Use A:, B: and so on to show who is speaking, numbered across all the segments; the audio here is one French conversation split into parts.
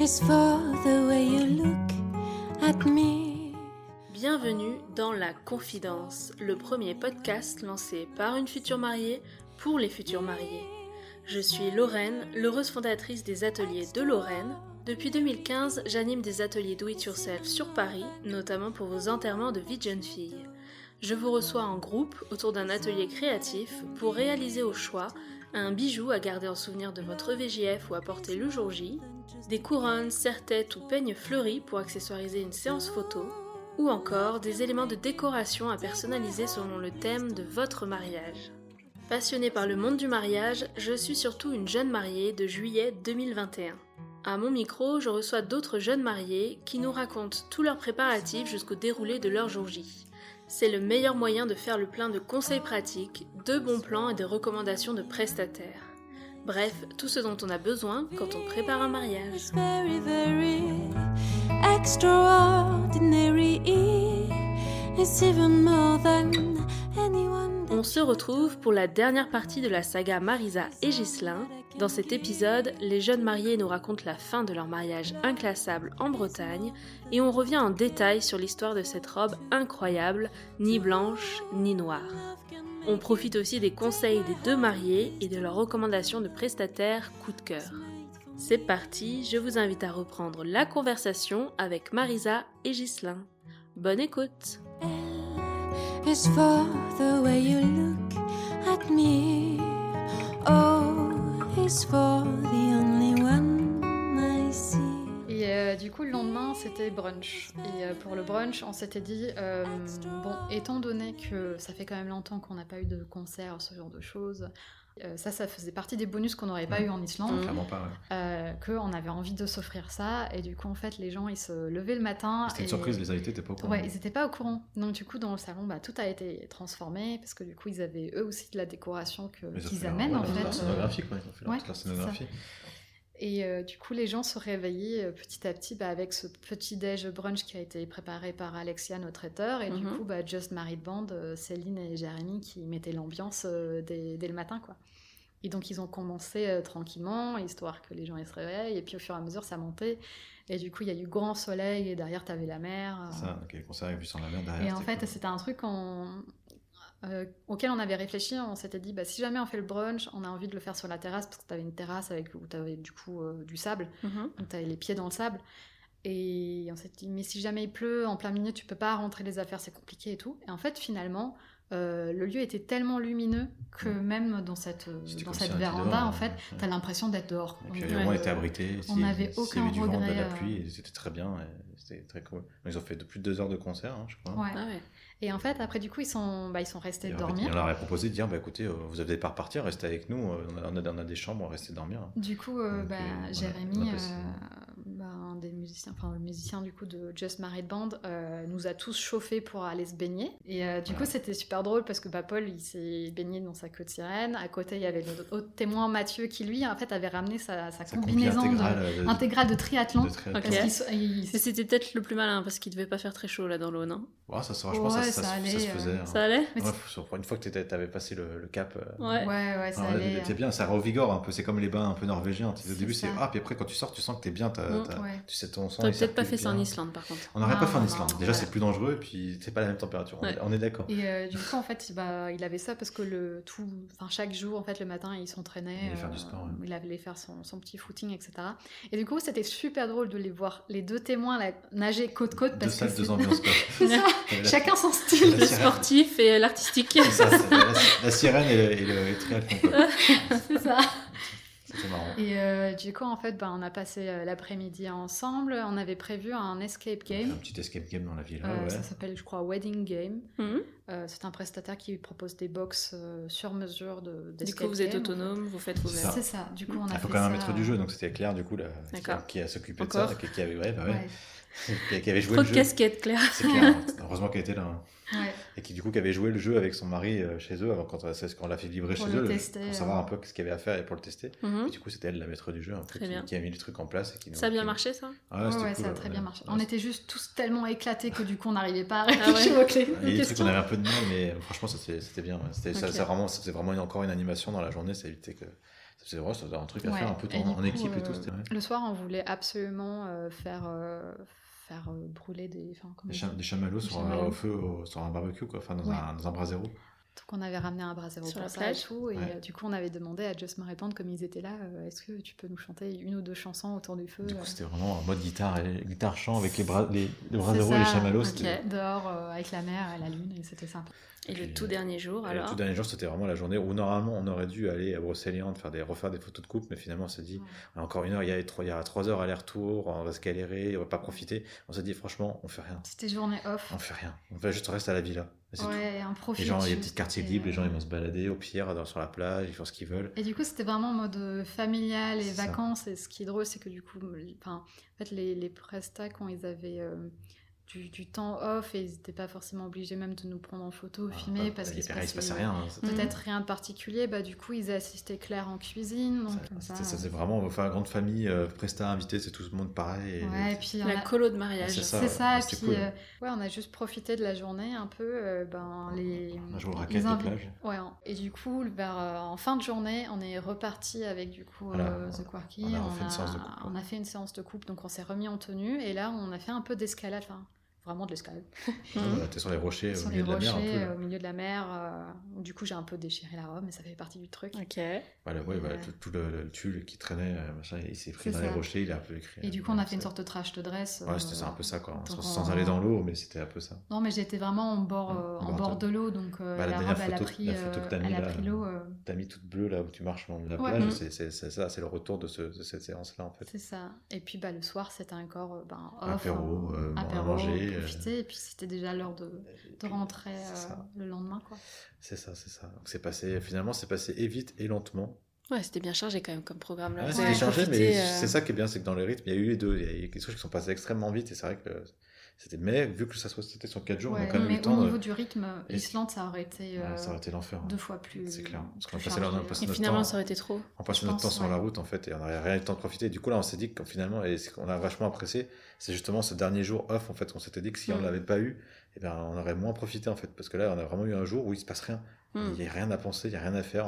A: is for the way you look at me.
B: Bienvenue dans La Confidence, le premier podcast lancé par une future mariée pour les futurs mariés. Je suis Lorraine, l'heureuse fondatrice des ateliers de Lorraine. Depuis 2015, j'anime des ateliers do-it-yourself sur Paris, notamment pour vos enterrements de vie de jeune fille. Je vous reçois en groupe autour d'un atelier créatif pour réaliser au choix un bijou à garder en souvenir de votre VJF ou à porter le jour J, des couronnes, serre-têtes ou peignes fleuris pour accessoiriser une séance photo, ou encore des éléments de décoration à personnaliser selon le thème de votre mariage. Passionnée par le monde du mariage, je suis surtout une jeune mariée de juillet 2021. À mon micro, je reçois d'autres jeunes mariés qui nous racontent tous leurs préparatifs jusqu'au déroulé de leur jour J. C'est le meilleur moyen de faire le plein de conseils pratiques, de bons plans et de recommandations de prestataires. Bref, tout ce dont on a besoin quand on prépare un mariage.
A: It's very, very extraordinary. It's even more than anyone.
B: On se retrouve pour la dernière partie de la saga Marisa et Ghislain. Dans cet épisode, les jeunes mariés nous racontent la fin de leur mariage inclassable en Bretagne et on revient en détail sur l'histoire de cette robe incroyable, ni blanche ni noire. On profite aussi des conseils des deux mariés et de leurs recommandations de prestataires coup de cœur. C'est parti, je vous invite à reprendre la conversation avec Marisa et Ghislain. Bonne écoute!
A: Is for the way you look at me. Oh, is for the only one I see.
C: Et du coup, le lendemain, c'était brunch. Et pour le brunch, on s'était dit, bon, étant donné que ça fait quand même longtemps qu'on n'a pas eu de concert, ce genre de choses, ça faisait partie des bonus qu'on n'aurait pas eu en Islande.
D: Clairement pas, ouais.
C: Qu'on avait envie de s'offrir ça. Et du coup, en fait, les gens, ils se levaient le matin.
D: C'était une surprise, les invités n'étaient pas au courant.
C: Ouais, ils n'étaient pas au courant. Donc du coup, dans le salon, tout a été transformé parce que du coup, ils avaqu'ils eux aussi de la décoration qu'ils amènent, en fait.
D: La scénographie, quoi. Ils ont fait leur scénographie.
C: Et du coup, les gens se réveillaient petit à petit avec ce petit déj brunch qui a été préparé par Alexia, notre traiteur. Et du coup, Just Married Band, Céline et Jérémy qui mettaient l'ambiance dès le matin, quoi. Et donc, ils ont commencé tranquillement, histoire que les gens ils se réveillent. Et puis, au fur et à mesure, ça montait. Et du coup, il y a eu grand soleil et derrière, t'avais la mer.
D: C'est ça, donc il y a le concert avec vue sur la mer derrière.
C: Et en fait, c'était un truc auquel on avait réfléchi. On s'était dit, si jamais on fait le brunch, on a envie de le faire sur la terrasse parce que t'avais une terrasse où t'avais du coup du sable. Donc, t'avais les pieds dans le sable. Et on s'est dit, mais si jamais il pleut, en plein milieu, tu peux pas rentrer les affaires, c'est compliqué et tout. Et en fait, finalement... le lieu était tellement lumineux que même dans cette véranda, dehors, en fait, t'as l'impression d'être dehors.
D: Et puis on était abrités.
C: On n'avait aucun
D: regret. Il y avait du vent, de la pluie, et c'était très bien. C'était très cool. Ils ont fait plus de 2 heures de concert, je crois.
C: Ouais. Ah ouais. Et en fait, après, du coup, ils sont restés dormir.
D: On leur a proposé de dire, écoutez, vous n'avez pas repartir, restez avec nous. On a des chambres, restez dormir.
C: Du coup, Jérémy, un des musiciens, le musicien du coup de Just Married Band, nous a tous chauffés pour aller se baigner. Et du coup, c'était super drôle parce que Paul, il s'est baigné dans sa queue de sirène. À côté, il y avait notre autre témoin Mathieu qui, lui, en fait, avait ramené sa combinaison intégrale de triathlon.
B: Okay. C'était peut-être le plus malin parce qu'il devait pas faire très chaud là dans l'eau, non ?
D: Ouais, ça se faisait.
B: Ça allait ?
D: Une fois que t'avais passé le cap.
C: Ouais, ça allait.
D: T'es bien, ça revigore un peu. C'est comme les bains un peu norvégiens. Au début, c'est puis après, quand tu sors, tu sens que t'es bien. Tu sais ton sang.
B: T'aurais peut-être pas fait ça en Islande, par contre.
D: On n'aurait pas fait en Islande. Déjà, c'est plus dangereux et puis c'est pas la même température. On est d'accord.
C: Et du coup, en fait, il avait ça parce que chaque jour, en fait, le matin, il s'entraînait.
D: Il allait faire du sport.
C: Il allait faire son petit footing, etc. Et du coup, c'était super drôle de les voir, les deux témoins nager côte-côte.
D: Deux salles, deux ambiances, quoi.
C: C'est ça. Chacun son style.
B: Le sportif et l'artistique.
D: C'est ça, la sirène et le triathlon, quoi.
C: C'est ça.
D: C'était marrant.
C: Et du coup, en fait, on a passé l'après-midi ensemble. On avait prévu un escape game.
D: Un petit escape game dans la villa,
C: Ça s'appelle, je crois, Wedding Game. C'est un prestataire qui propose des box sur mesure d'escape game.
B: Du coup, vous êtes autonome, vous faites vous-même.
C: C'est ça. Du coup,
D: il faut quand même un maître du jeu, donc c'était Claire, du coup, qui a s'occupé de ça, qui avait qui avait joué
B: trop
D: le jeu.
B: De casquettes, Claire.
D: C'est clair. Heureusement qu'elle était là.
C: Ouais.
D: Et qui du coup avait joué le jeu avec son mari chez eux avant quand on l'a fait vibrer
C: pour
D: chez eux
C: tester,
D: pour savoir un peu ce qu'il y avait à faire et pour le tester. Et du coup c'était elle la maître du jeu un peu, qui a mis les trucs en place et qui
B: ça a bien marché ça.
C: Ouais, ça a très bien marché. On était juste tous tellement éclatés que du coup on n'arrivait pas à réfléchir aux clés.
D: Il y a des trucs qu'on avait un peu de mal, mais franchement c'était bien. C'était vraiment encore une animation dans la journée, ça évitait que C'est vrai, ça un truc à faire un peu en équipe et tout.
C: Le soir, on voulait absolument faire brûler des
D: chamallows sur un feu, sur un barbecue, quoi, enfin dans un brasero.
C: Donc on avait ramené un brasero sur la plage et tout, et du coup on avait demandé à Just Me Répondre, comme ils étaient là, est-ce que tu peux nous chanter 1 ou 2 chansons autour du feu.
D: Du coup c'était vraiment en mode guitare chant avec les braseros et les chamallows.
C: Dehors avec la mer et la lune, et c'était sympa.
B: Et le tout dernier jour, alors ?
D: Le tout dernier jour, c'était vraiment la journée où normalement on aurait dû aller à Brocéliande refaire des photos de couple, mais finalement on s'est dit, encore 1 heure, il y a 3 heures aller-retour, on va se galérer, on va pas profiter. On s'est dit, franchement, on fait rien.
C: C'était journée off.
D: On fait rien. On va juste rester à la villa.
C: On profite.
D: Les gens, il y a des petits quartiers libres, les gens ils vont se balader au pire sur la plage, ils font ce qu'ils veulent.
C: Et du coup, c'était vraiment en mode familial et vacances. Et ce qui est drôle, c'est que du coup, en fait, les prestats, quand ils avaient du temps off, et ils n'étaient pas forcément obligés même de nous prendre en photo, filmer, parce qu'il se passait rien. Peut-être rien de particulier. Du coup, ils assistaient Claire en cuisine. Donc,
D: ça c'est vraiment grande famille, prestat, invité, c'est tout le monde pareil.
C: Et puis
B: la colo de mariage.
C: C'est ça. Et puis, cool. On a juste profité de la journée un peu.
D: On a joué aux raquettes de plage.
C: Et du coup, en fin de journée, on est reparti avec du coup The Quirky. On a fait une séance de couple, donc on s'est remis en tenue. Et là, on a fait un peu d'escalade. Vraiment de l'escalade.
D: T'es sur les rochers, au milieu
C: de la mer. Du coup, j'ai un peu déchiré la robe, mais ça fait partie du truc.
B: Ok.
D: Tout le tulle qui traînait, il s'est pris dans les rochers, il a un peu écrit.
C: Et du coup, on a fait une sorte de trash de dress.
D: C'était un peu ça, quoi. Sans aller dans l'eau, mais c'était un peu ça.
C: Non, mais j'étais vraiment en bord de l'eau, donc la robe, elle a pris l'eau.
D: T'as mis toute bleue là où tu marches le long de la plage, c'est ça, c'est le retour de cette séance-là, en fait.
C: C'est ça. Et puis, le soir, c'était encore
D: apéro, manger.
C: Profiter, et puis c'était déjà l'heure de rentrer le lendemain, quoi.
D: C'est ça. Donc c'est passé et vite et lentement.
B: Ouais, c'était bien chargé quand même comme programme là.
D: C'était chargé, mais c'est ça qui est bien, c'est que dans le rythme, il y a eu les deux. Il y a eu des choses qui sont passées extrêmement vite, et c'est vrai que mais vu que c'était sur 4 jours, on a quand même eu le temps.
C: Au niveau du rythme, Islande, ça aurait été
D: l'enfer.
C: 2 fois plus.
D: C'est clair. Parce qu'on
B: a passé notre temps. Ça aurait été trop.
D: On passait notre temps sur la route, en fait, et on n'avait rien eu le temps de profiter. Et du coup, là, on s'est dit que finalement, et ce qu'on a vachement apprécié, c'est justement ce dernier jour off, en fait, qu'on s'était dit que si on ne l'avait pas eu, on aurait moins profité, en fait. Parce que là, on a vraiment eu un jour où il ne se passe rien. Il n'y a rien à penser, il n'y a rien à faire.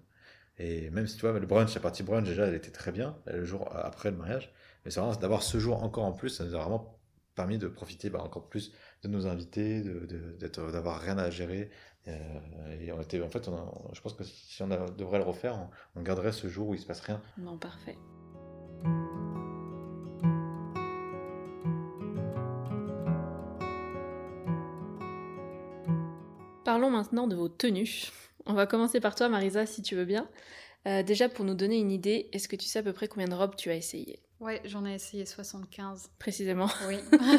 D: Et même si tu vois, le brunch, la partie brunch, déjà, elle était très bien, le jour après le mariage. Mais c'est vraiment d'avoir ce jour encore en plus, ça nous a vraiment permis de profiter encore plus de nos invités, d'avoir rien à gérer. Et on était, en fait, je pense que si on devrait le refaire, on garderait ce jour où il ne se passe rien.
B: Non, parfait. Parlons maintenant de vos tenues. On va commencer par toi, Marisa, si tu veux bien. Déjà, pour nous donner une idée, est-ce que tu sais à peu près combien de robes tu as essayé ?
C: Ouais, j'en ai essayé 75.
B: Précisément.
C: Oui.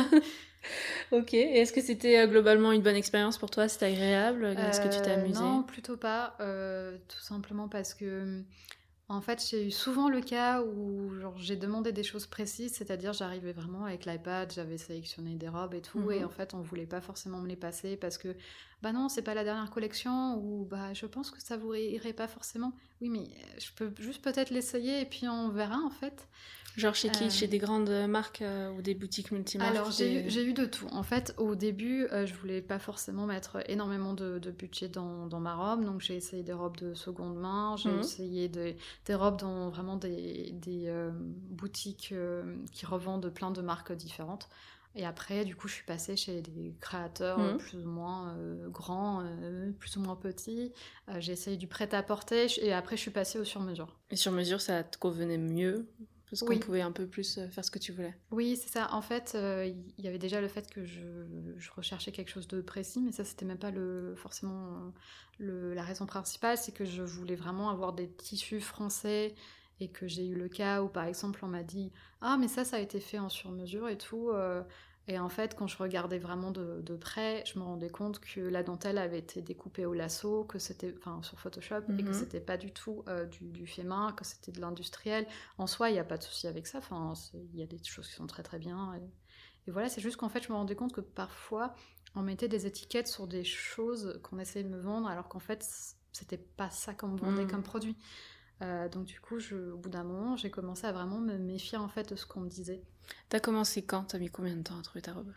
B: Ok, et est-ce que c'était globalement une bonne expérience pour toi ? C'était agréable ? Est-ce que tu t'es amusée ?
C: Non, plutôt pas. Tout simplement parce que, en fait, j'ai eu souvent le cas où j'ai demandé des choses précises, c'est-à-dire j'arrivais vraiment avec l'iPad, j'avais sélectionné des robes et tout, et en fait, on voulait pas forcément me les passer parce que, non, c'est pas la dernière collection, ou je pense que ça vous irait pas forcément. Oui, mais je peux juste peut-être l'essayer et puis on verra, en fait.
B: Genre chez qui ? Chez des grandes marques ou des boutiques multimarques ?
C: Alors, j'ai eu de tout. En fait, au début, je voulais pas forcément mettre énormément de budget dans ma robe, donc j'ai essayé des robes de seconde main, j'ai essayé des robes dans vraiment des boutiques qui revendent plein de marques différentes. Et après, du coup, je suis passée chez des créateurs plus ou moins grands, plus ou moins petits. J'ai essayé du prêt-à-porter, et après, je suis passée au sur-mesure.
B: Et sur-mesure, ça te convenait mieux ? Parce qu'on pouvait un peu plus faire ce que tu voulais.
C: Oui, c'est ça. En fait, il y avait déjà le fait que je recherchais quelque chose de précis, mais ça, c'était même pas forcément la raison principale. C'est que je voulais vraiment avoir des tissus français, et que j'ai eu le cas où, par exemple, on m'a dit « Ah, mais ça a été fait en sur-mesure et tout ». Et en fait, quand je regardais vraiment de près, je me rendais compte que la dentelle avait été découpée au lasso, que c'était, sur Photoshop, et que c'était pas du tout du fait main, que c'était de l'industriel. En soi, il n'y a pas de souci avec ça. Il y a des choses qui sont très très bien. Et voilà, c'est juste qu'en fait, je me rendais compte que parfois, on mettait des étiquettes sur des choses qu'on essayait de me vendre, alors qu'en fait, c'était pas ça qu'on me vendait comme produit. Donc du coup, au bout d'un moment, j'ai commencé à vraiment me méfier en fait de ce qu'on me disait.
B: T'as commencé quand ? T'as mis combien de temps à trouver ta robe ?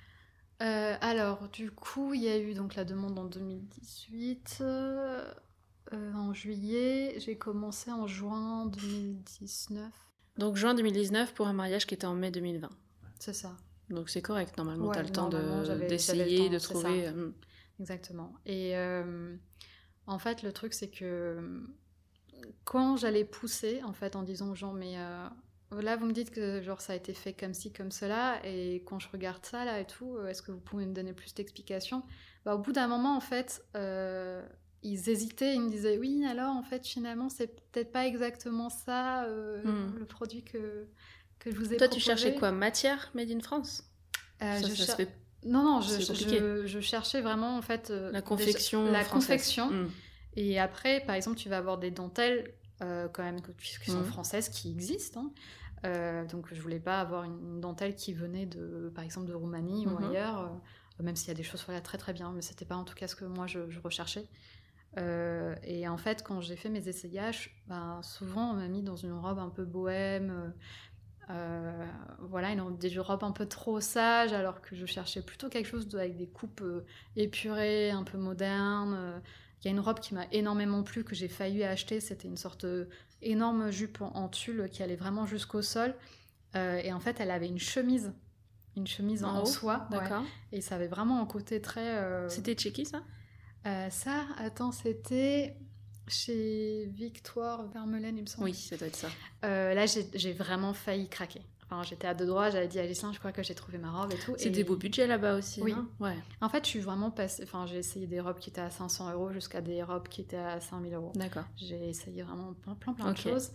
C: Alors, du coup, il y a eu donc la demande en 2018. En en juillet, j'ai commencé en juin 2019.
B: Donc juin 2019 pour un mariage qui était en mai 2020.
C: C'est ça.
B: Donc c'est correct, normalement,
C: Ouais,
B: tu as le temps
C: j'avais
B: d'essayer,
C: le temps,
B: de
C: c'est
B: trouver...
C: ça. Exactement. Et en fait, le truc, c'est que quand j'allais pousser, en fait, en disant aux gens, mais là, vous me dites que genre, ça a été fait comme ci, comme cela, et quand je regarde ça, là, et tout, est-ce que vous pouvez me donner plus d'explications ? Au bout d'un moment, en fait, ils hésitaient, ils me disaient, oui, alors, en fait, finalement, c'est peut-être pas exactement ça, le produit que je vous ai proposé.
B: Toi, tu cherchais quoi ? Matière made in France ?
C: Non, je cherchais vraiment en fait
B: la confection.
C: Et après, par exemple, tu vas avoir des dentelles quand même qui sont françaises, qui existent. Donc, je voulais pas avoir une dentelle qui venait par exemple de Roumanie ou ailleurs, même s'il y a des choses très très bien, mais c'était pas en tout cas ce que moi je recherchais. Et en fait, quand j'ai fait mes essayages, souvent on m'a mis dans une robe un peu bohème. Voilà, des robes un peu trop sages, alors que je cherchais plutôt quelque chose avec des coupes épurées, un peu modernes. Il y a une robe qui m'a énormément plu, que j'ai failli acheter, c'était une sorte énorme jupe en tulle qui allait vraiment jusqu'au sol, et en fait elle avait une chemise en soie,
B: d'accord.
C: Et ça avait vraiment un côté très...
B: C'était chez qui ça ?
C: C'était... chez Victoire Vermeulen, il me semble.
B: Oui, ça doit être ça.
C: Là, j'ai vraiment failli craquer. Enfin, j'étais à deux doigts, j'avais dit à Alice, je crois que j'ai trouvé ma robe et tout.
B: C'est des beaux budgets là-bas aussi,
C: oui.
B: Ouais.
C: En fait, je suis vraiment passée... Enfin, j'ai essayé des robes qui étaient à 500 € jusqu'à des robes qui étaient à 5000 €.
B: D'accord.
C: J'ai essayé vraiment plein de choses.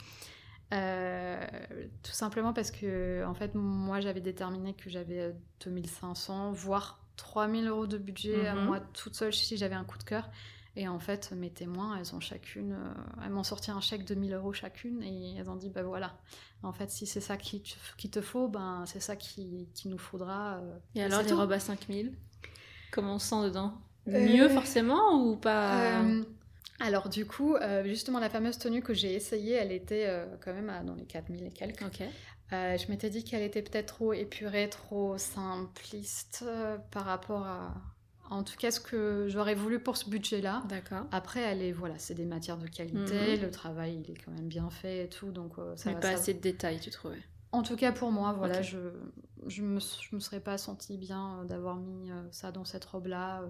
C: Tout simplement parce que, en fait, moi, j'avais déterminé que j'avais 2500, voire 3000 € de budget à moi toute seule si j'avais un coup de cœur. Et en fait, mes témoins, elles m'ont sorti un chèque de 1000 € chacune, et elles ont dit, voilà, en fait, si c'est ça qui te faut, c'est ça qu'il nous faudra.
B: Et alors, les robes à 5000, comment on se sent dedans ? Mieux forcément ou pas ?
C: Alors du coup, justement, la fameuse tenue que j'ai essayée, elle était quand même dans les 4000 et quelques.
B: Ok.
C: Je m'étais dit qu'elle était peut-être trop épurée, trop simpliste par rapport à... En tout cas, ce que j'aurais voulu pour ce budget-là.
B: D'accord.
C: Après, c'est des matières de qualité, le travail, il est quand même bien fait et tout, donc ça
B: mais
C: va...
B: pas assez de détails, tu trouvais ?
C: En tout cas, pour moi, voilà,
B: okay.
C: je me serais pas sentie bien d'avoir mis ça dans cette robe-là.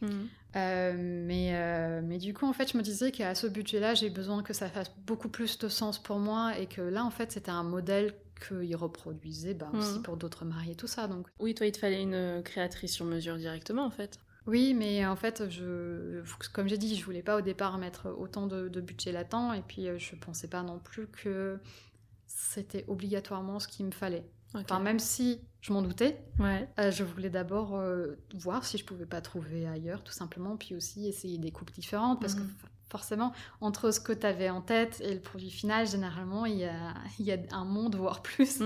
C: Mais du coup, en fait, je me disais qu'à ce budget-là, j'ai besoin que ça fasse beaucoup plus de sens pour moi, et que là, en fait, c'était un modèle qu'ils reproduisaient aussi pour d'autres mariés, tout ça. Donc.
B: Oui, toi, il te fallait une créatrice sur mesure directement, en fait.
C: Oui, mais en fait, comme j'ai dit, je voulais pas au départ mettre autant de budget là-dedans, et puis je pensais pas non plus que c'était obligatoirement ce qu'il me fallait. Okay. Enfin, même si je m'en doutais, je voulais d'abord voir si je pouvais pas trouver ailleurs, tout simplement, puis aussi essayer des coupes différentes, parce que forcément, entre ce que tu avais en tête et le produit final, généralement, il y a un monde, voire plus.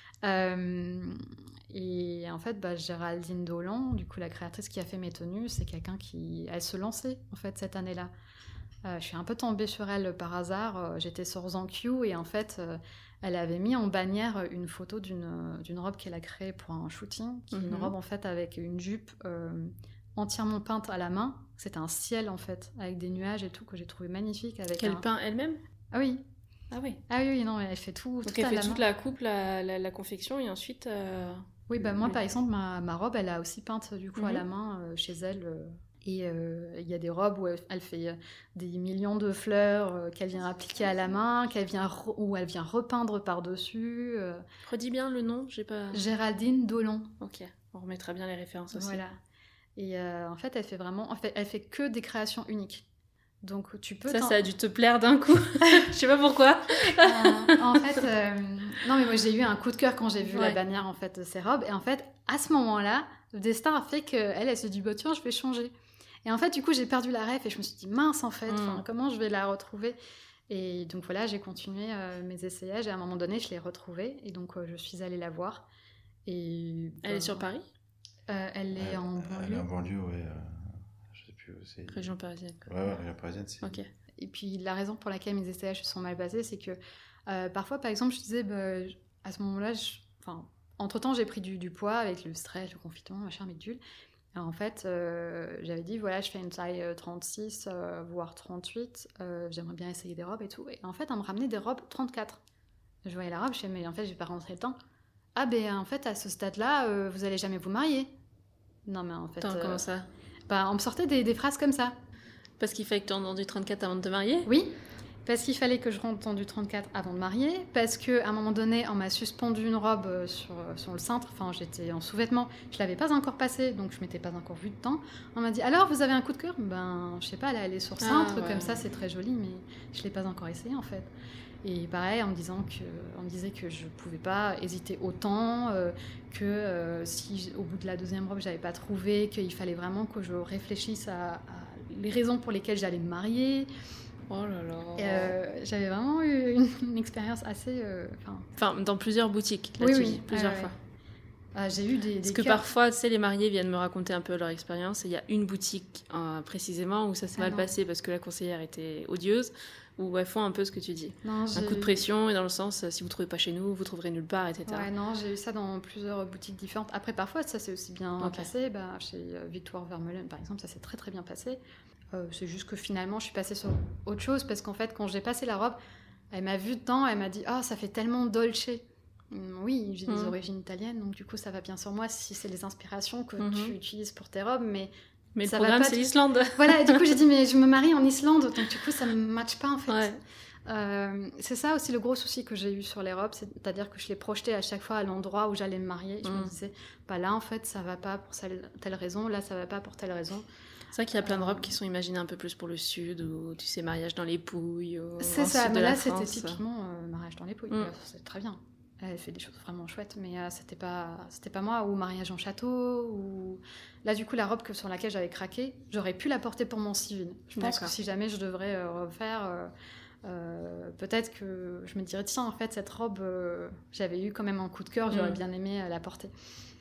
C: Et en fait, Géraldine Dolan, du coup, la créatrice qui a fait mes tenues, c'est quelqu'un elle se lançait, en fait, cette année-là. Je suis un peu tombée sur elle par hasard. J'étais sur ZanQ, et en fait, elle avait mis en bannière une photo d'une robe qu'elle a créée pour un shooting, qui est une robe, en fait, avec une jupe entièrement peinte à la main. C'était un ciel, en fait, avec des nuages et tout, que j'ai trouvé magnifique.
B: Qu'elle peint elle-même ?
C: Ah oui.
B: Ah oui.
C: Ah oui, non, elle fait tout.
B: Donc elle fait toute la coupe, la confection, et ensuite...
C: Oui, moi, par exemple, ma robe, elle a aussi peinte, du coup, à la main, chez elle. Et il y a des robes où elle fait des millions de fleurs qu'elle vient appliquer à la main, où elle vient repeindre par-dessus.
B: Redis bien le nom, j'ai pas...
C: Géraldine Dolan.
B: Ok, on remettra bien les références aussi.
C: Voilà. Et en fait, elle fait que des créations uniques. Donc tu peux...
B: Ça a dû te plaire d'un coup. Je sais pas pourquoi.
C: En fait, non, mais moi j'ai eu un coup de cœur quand j'ai vu la bannière, en fait, de ces robes. Et en fait, à ce moment-là, le destin a fait qu'elle se dit, tiens, je vais changer. Et en fait, du coup, j'ai perdu la ref, et je me suis dit, mince, en fait, comment je vais la retrouver ? Et donc voilà, j'ai continué mes essayages, et à un moment donné, je l'ai retrouvée. Et donc, je suis allée la voir. Et,
B: elle est sur Paris ?
C: Elle est en banlieue.
D: Elle est en banlieue, ouais. Je sais plus où c'est.
B: Région parisienne.
D: Ouais, région parisienne, c'est...
B: Ok.
C: Et puis, la raison pour laquelle mes essayages se sont mal basés, c'est que parfois, par exemple, je disais, à ce moment-là, entre-temps, j'ai pris du poids avec le stress, le confinement, machin, bidule. Alors, en fait, j'avais dit, voilà, je fais une taille 36, voire 38. J'aimerais bien essayer des robes et tout. Et en fait, on me ramenait des robes 34. Je voyais la robe, je disais, mais en fait, je vais pas rentrer le temps. Ah, ben en fait, à ce stade-là, vous allez jamais vous marier. Non, mais en fait...
B: Attends, comment ça ?
C: On me sortait des phrases comme ça.
B: Parce qu'il fallait que tu rentres dans du 34 avant de te marier ?
C: Oui, parce qu'il fallait que je rentre dans du 34 avant de marier, parce qu'à un moment donné, on m'a suspendu une robe sur le cintre, enfin j'étais en sous-vêtements, je l'avais pas encore passée, donc je m'étais pas encore vue de temps. On m'a dit, alors vous avez un coup de cœur ? Je sais pas, là elle est sur cintre, comme ça c'est très joli, mais je l'ai pas encore essayé en fait. Et pareil, on me disait que je pouvais pas hésiter autant, que si au bout de la deuxième robe j'avais pas trouvé, qu'il fallait vraiment que je réfléchisse à les raisons pour lesquelles j'allais me marier.
B: Oh là là.
C: J'avais vraiment eu une expérience assez...
B: Enfin, dans plusieurs boutiques, là, tu dis, plusieurs fois.
C: J'ai eu des
B: Parce que parfois, tu sais, les mariés viennent me raconter un peu leur expérience, et il y a une boutique précisément où ça s'est mal passé parce que la conseillère était odieuse, où elles font un peu ce que tu dis. Un coup de pression, et dans le sens, si vous ne trouvez pas chez nous, vous trouverez nulle part, etc.
C: Ouais, non, j'ai eu ça dans plusieurs boutiques différentes. Après, parfois, ça s'est aussi bien passé. Chez Victoire Vermeulen, par exemple, ça s'est très très bien passé. C'est juste que finalement, je suis passée sur autre chose, parce qu'en fait, quand j'ai passé la robe, elle m'a vue dedans, elle m'a dit « Oh, ça fait tellement dolce !» Oui, j'ai des origines italiennes, donc du coup, ça va bien sur moi si c'est les inspirations que tu utilises pour tes robes, mais
B: le programme, c'est l'Islande.
C: Voilà, et du coup, j'ai dit, mais je me marie en Islande, donc du coup, ça ne me matche pas, en fait.
B: Ouais.
C: C'est ça aussi le gros souci que j'ai eu sur les robes, c'est-à-dire que je les projetais à chaque fois à l'endroit où j'allais me marier. Je me disais, là, en fait, ça va pas pour telle raison, là, ça va pas pour telle raison.
B: C'est vrai qu'il y a plein de robes qui sont imaginées un peu plus pour le sud, ou tu sais, mariage dans les Pouilles.
C: C'est ça, mais là, c'était typiquement mariage dans les Pouilles. C'est très bien. Elle fait des choses vraiment chouettes, mais c'était pas moi, ou mariage en château, ou... Là, du coup, la robe sur laquelle j'avais craqué, j'aurais pu la porter pour mon civil. Je pense que si jamais je devrais refaire, peut-être que je me dirais, tiens, en fait, cette robe, j'avais eu quand même un coup de cœur, j'aurais bien aimé la porter.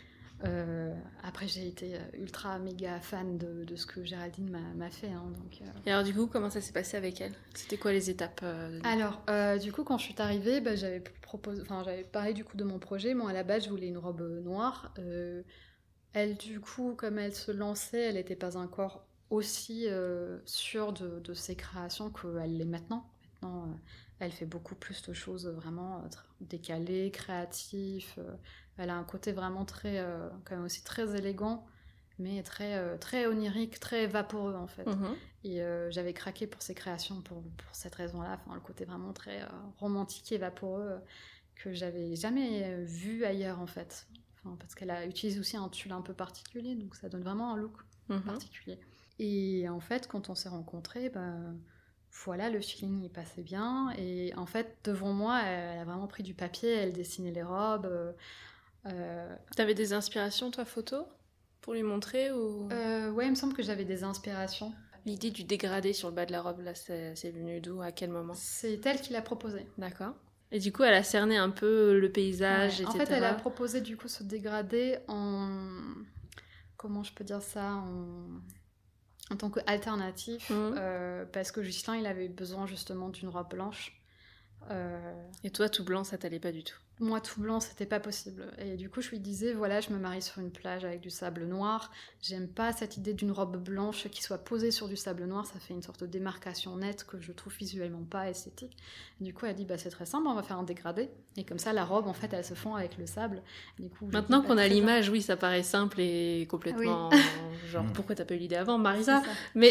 C: Après, j'ai été ultra méga fan de ce que Géraldine m'a fait. Donc,
B: Et alors, du coup, comment ça s'est passé avec elle ? C'était quoi les étapes
C: Alors, du coup, quand je suis arrivée, j'avais parlé du coup de mon projet. Moi, à la base, je voulais une robe noire. Elle, du coup, comme elle se lançait, elle n'était pas encore aussi sûre de ses créations qu'elle l'est maintenant. Maintenant, elle fait beaucoup plus de choses vraiment décalées, créatives. Elle a un côté vraiment très, quand même aussi très élégant, mais très, très onirique, très vaporeux en fait. Et j'avais craqué pour ses créations pour cette raison-là, le côté vraiment très romantique et vaporeux que j'avais jamais vu ailleurs en fait. Parce qu'elle utilise aussi un tulle un peu particulier, donc ça donne vraiment un look particulier. Et en fait, quand on s'est rencontrés, voilà, le feeling il passait bien. Et en fait, devant moi, elle a vraiment pris du papier, elle dessinait les robes.
B: T'avais des inspirations, toi, photo, pour lui montrer ou...
C: Ouais, il me semble que j'avais des inspirations.
B: L'idée du dégradé sur le bas de la robe, là, c'est venu d'où ? À quel moment ?
C: C'est elle qui l'a proposé.
B: D'accord. Et du coup, elle a cerné un peu le paysage, etc.
C: En fait, elle a proposé du coup ce dégradé en... Comment je peux dire ça ? En tant qu'alternatif, parce que Ghislain, il avait besoin justement d'une robe blanche.
B: Et toi, tout blanc, ça t'allait pas du tout ?
C: Moi, tout blanc, c'était pas possible. Et du coup, je lui disais, voilà, je me marie sur une plage avec du sable noir. J'aime pas cette idée d'une robe blanche qui soit posée sur du sable noir. Ça fait une sorte de démarcation nette que je trouve visuellement pas esthétique. Et du coup, elle dit, c'est très simple, on va faire un dégradé. Et comme ça, la robe, en fait, elle se fond avec le sable. Et du coup,
B: maintenant qu'on a l'image, oui, ça paraît simple et complètement... Genre, pourquoi t'as pas eu l'idée avant, Marisa ? Mais...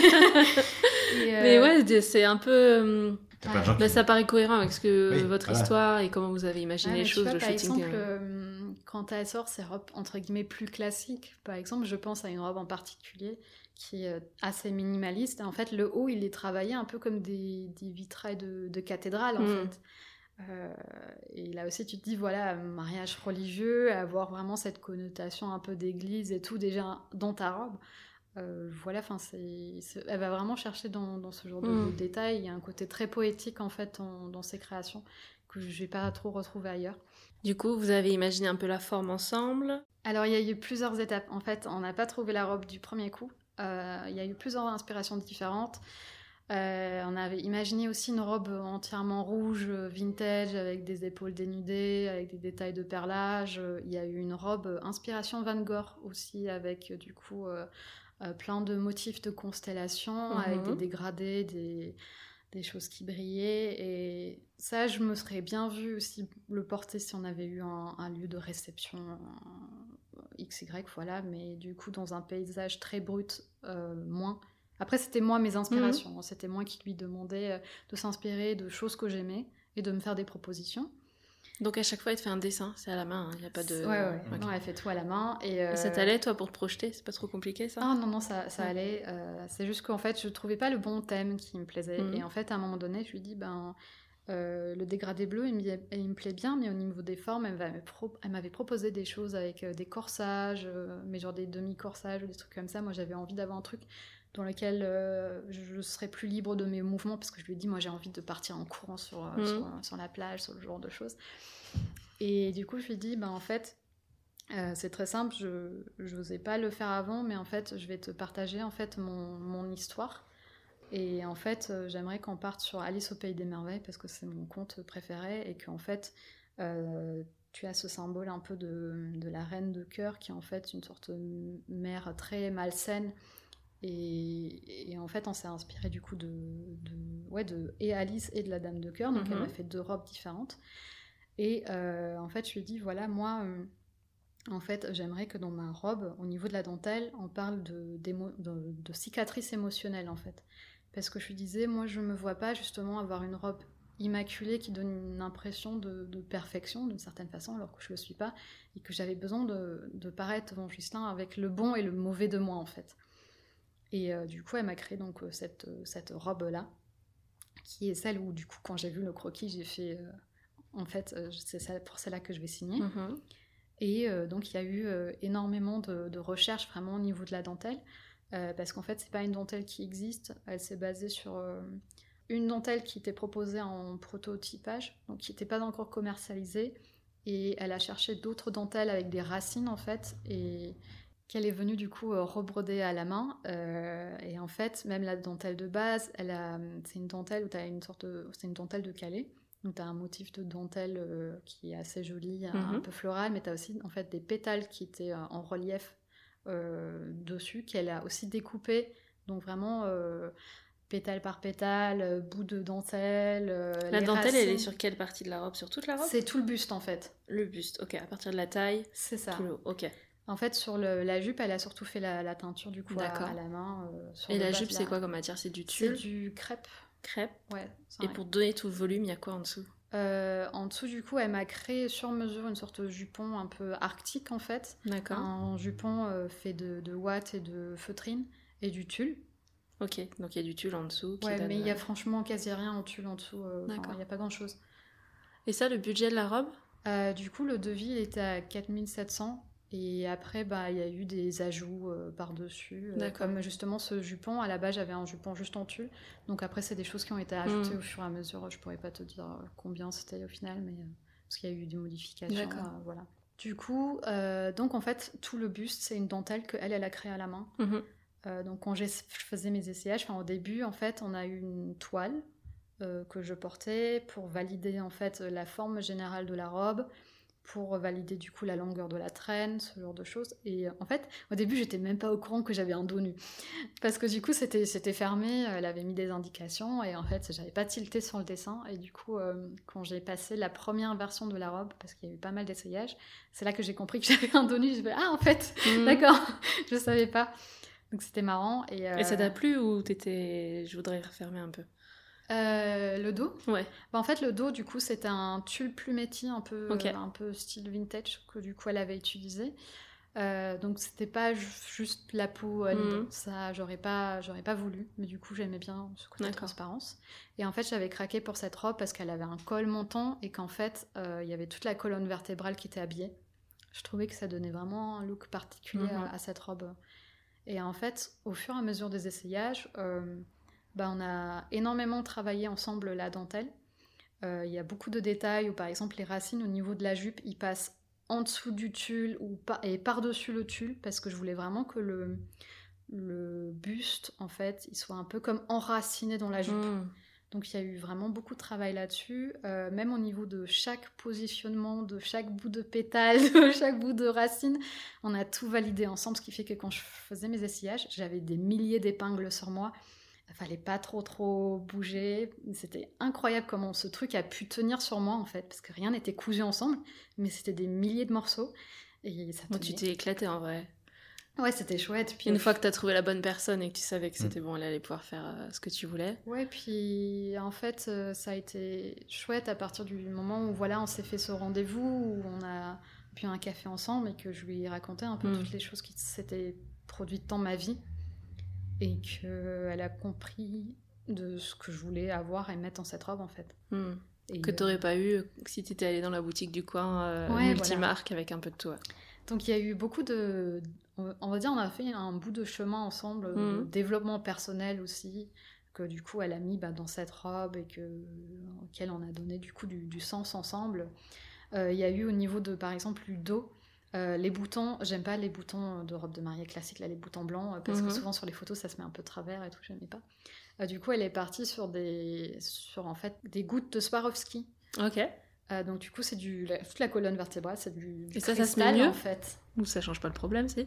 B: Mais ouais, c'est un peu... ça paraît cohérent avec votre histoire et comment vous avez imaginé les choses, le shooting.
C: Par exemple, quand elle sort ses robes entre guillemets plus classiques, par exemple, je pense à une robe en particulier qui est assez minimaliste. En fait, le haut, il est travaillé un peu comme des vitrails de cathédrale, en fait. Et là aussi, tu te dis, voilà, mariage religieux, avoir vraiment cette connotation un peu d'église et tout, déjà dans ta robe. Voilà, elle va vraiment chercher dans ce genre de détails. Il y a un côté très poétique en fait dans ses créations que je vais pas trop retrouver ailleurs.
B: Du coup, vous avez imaginé un peu la forme ensemble ?
C: Alors, il y a eu plusieurs étapes. En fait, on n'a pas trouvé la robe du premier coup. Il y a eu plusieurs inspirations différentes. On avait imaginé aussi une robe entièrement rouge, vintage, avec des épaules dénudées, avec des détails de perlage. Il y a eu une robe inspiration Van Gogh aussi, avec du coup plein de motifs de constellations, avec des dégradés, des choses qui brillaient. Et ça, je me serais bien vue aussi le porter si on avait eu un lieu de réception XY, voilà. Mais du coup, dans un paysage très brut, moins. Après, c'était moi mes inspirations. C'était moi qui lui demandais de s'inspirer de choses que j'aimais et de me faire des propositions.
B: Donc à chaque fois, elle te fait un dessin, c'est à la main, il n'y a pas de...
C: Ouais.
B: Okay.
C: Non, elle fait tout à la main. Et
B: ça t'allait, toi, pour te projeter? C'est pas trop compliqué, ça?
C: Ah non, ça allait. C'est juste qu'en fait, je trouvais pas le bon thème qui me plaisait. Et en fait, à un moment donné, je lui dis, le dégradé bleu, il me plaît bien, mais au niveau des formes, elle m'avait proposé des choses avec des corsages, mais genre des demi-corsages ou des trucs comme ça. Moi, j'avais envie d'avoir un truc dans lequel je serais plus libre de mes mouvements, parce que je lui ai dit, moi j'ai envie de partir en courant sur la plage, sur le genre de choses. Et du coup je lui ai dit, en fait c'est très simple, je n'osais pas le faire avant, mais en fait je vais te partager en fait mon histoire. Et en fait j'aimerais qu'on parte sur Alice au Pays des Merveilles, parce que c'est mon conte préféré, et qu'en fait tu as ce symbole un peu de la reine de cœur, qui est en fait une sorte de mère très malsaine. Et en fait, on s'est inspiré du coup de et Alice et de la Dame de Cœur, donc elle m'a fait 2 robes différentes. Et en fait, je lui ai dit, voilà, moi, en fait, j'aimerais que dans ma robe, au niveau de la dentelle, on parle de cicatrices émotionnelles, en fait. Parce que je lui disais, moi, je me vois pas justement avoir une robe immaculée qui donne une impression de perfection, d'une certaine façon, alors que je le suis pas, et que j'avais besoin de paraître devant Ghislain avec le bon et le mauvais de moi, en fait. Et du coup, elle m'a créé donc cette robe-là, qui est celle où, du coup, quand j'ai vu le croquis, j'ai fait... en fait, c'est pour celle-là que je vais signer. Et donc, il y a eu énormément de recherches vraiment au niveau de la dentelle, parce qu'en fait, c'est pas une dentelle qui existe. Elle s'est basée sur une dentelle qui était proposée en prototypage, donc qui n'était pas encore commercialisée. Et elle a cherché d'autres dentelles avec des racines, en fait, et... qu'elle est venue du coup rebroder à la main, et en fait même la dentelle de base, c'est une dentelle où c'est une dentelle de Calais, donc tu as un motif de dentelle qui est assez joli, un peu floral, mais tu as aussi en fait des pétales qui étaient en relief dessus, qu'elle a aussi découpé, donc vraiment pétale par pétale, bout de dentelle.
B: La dentelle, elle est sur quelle partie de la robe? Sur toute la robe?
C: C'est tout le buste en fait.
B: Le buste, ok, à partir de la taille.
C: C'est ça.
B: Tout le haut, ok.
C: En fait, sur la jupe, elle a surtout fait la teinture du coup à la main.
B: Et la jupe, c'est quoi comme matière? C'est du tulle?
C: C'est du crêpe.
B: Crêpe?
C: Ouais.
B: Et pour donner tout le volume, il y a quoi en dessous?
C: En dessous, du coup, elle m'a créé sur mesure une sorte de jupon un peu arctique en fait.
B: D'accord.
C: Un jupon fait de ouate et de feutrine et du tulle.
B: Ok, donc il y a du tulle en dessous.
C: Ouais, mais il y a franchement quasi rien en tulle en dessous. Il n'y a pas grand chose.
B: Et ça, le budget de la robe?
C: Du coup, le devis il était à 4700. Et après, il y a eu des ajouts par-dessus. Comme justement ce jupon, à la base, j'avais un jupon juste en tulle. Donc après, c'est des choses qui ont été ajoutées au fur et à mesure. Je pourrais pas te dire combien c'était au final, mais parce qu'il y a eu des modifications. Voilà. Du coup, donc en fait, tout le buste, c'est une dentelle qu'elle a créée à la main. Donc quand je faisais mes essayages, au début, en fait, on a eu une toile que je portais pour valider en fait la forme générale de la robe, pour valider du coup la longueur de la traîne, ce genre de choses. Et en fait, au début, j'étais même pas au courant que j'avais un dos nu. Parce que du coup, c'était fermé, elle avait mis des indications, et en fait, j'avais pas tilté sur le dessin. Et du coup, quand j'ai passé la première version de la robe, parce qu'il y a eu pas mal d'essayages, c'est là que j'ai compris que j'avais un dos nu. J'ai fait, ah, en fait, d'accord, je savais pas. Donc c'était marrant. Et
B: ça t'a plu ou t'étais... Je voudrais refermer un peu.
C: Le dos?
B: Ouais.
C: En fait, le dos, du coup, c'était un tulle plumetti un peu style vintage que du coup elle avait utilisé. Donc c'était pas juste la peau libre. Ça, j'aurais pas voulu. Mais du coup, j'aimais bien ce côté de transparence. Et en fait, j'avais craqué pour cette robe parce qu'elle avait un col montant et qu'en fait, il y avait toute la colonne vertébrale qui était habillée. Je trouvais que ça donnait vraiment un look particulier à cette robe. Et en fait, au fur et à mesure des essayages... on a énormément travaillé ensemble la dentelle. Il y a beaucoup de détails où, par exemple, les racines au niveau de la jupe, ils passent en dessous du tulle et par-dessus le tulle, parce que je voulais vraiment que le buste, en fait, il soit un peu comme enraciné dans la jupe. Donc il y a eu vraiment beaucoup de travail là-dessus, même au niveau de chaque positionnement, de chaque bout de pétale, de chaque bout de racine, on a tout validé ensemble, ce qui fait que quand je faisais mes essayages, j'avais des milliers d'épingles sur moi, il fallait pas trop bouger, c'était incroyable comment ce truc a pu tenir sur moi en fait, parce que rien n'était cousu ensemble, mais c'était des milliers de morceaux, et ça tenait.
B: Tu t'es éclatée en vrai.
C: Ouais, c'était chouette.
B: Puis une fois que t'as trouvé la bonne personne et que tu savais que c'était bon, elle allait pouvoir faire ce que tu voulais.
C: Ouais, puis en fait, ça a été chouette à partir du moment où voilà, on s'est fait ce rendez-vous, où on a bu un café ensemble et que je lui ai raconté un peu toutes les choses qui s'étaient produites dans ma vie et qu'elle a compris de ce que je voulais avoir et mettre dans cette robe en fait. Et
B: que t'aurais pas eu si t'étais allée dans la boutique du coin multimarque avec un peu de tout.
C: Donc il y a eu beaucoup de... On va dire on a fait un bout de chemin ensemble, de développement personnel aussi, que du coup elle a mis dans cette robe et auquel on a donné du coup du sens ensemble. Il y a eu au niveau de par exemple du dos, les boutons, j'aime pas les boutons de robe de mariée classique, là, les boutons blancs, parce que souvent sur les photos ça se met un peu de travers et tout, j'aimais pas. Du coup elle est partie sur en fait des gouttes de Swarovski.
B: Ok.
C: Donc du coup c'est toute la colonne vertébrale, c'est du
B: et
C: cristal,
B: ça se met mieux
C: en fait.
B: Ou ça change pas le problème, c'est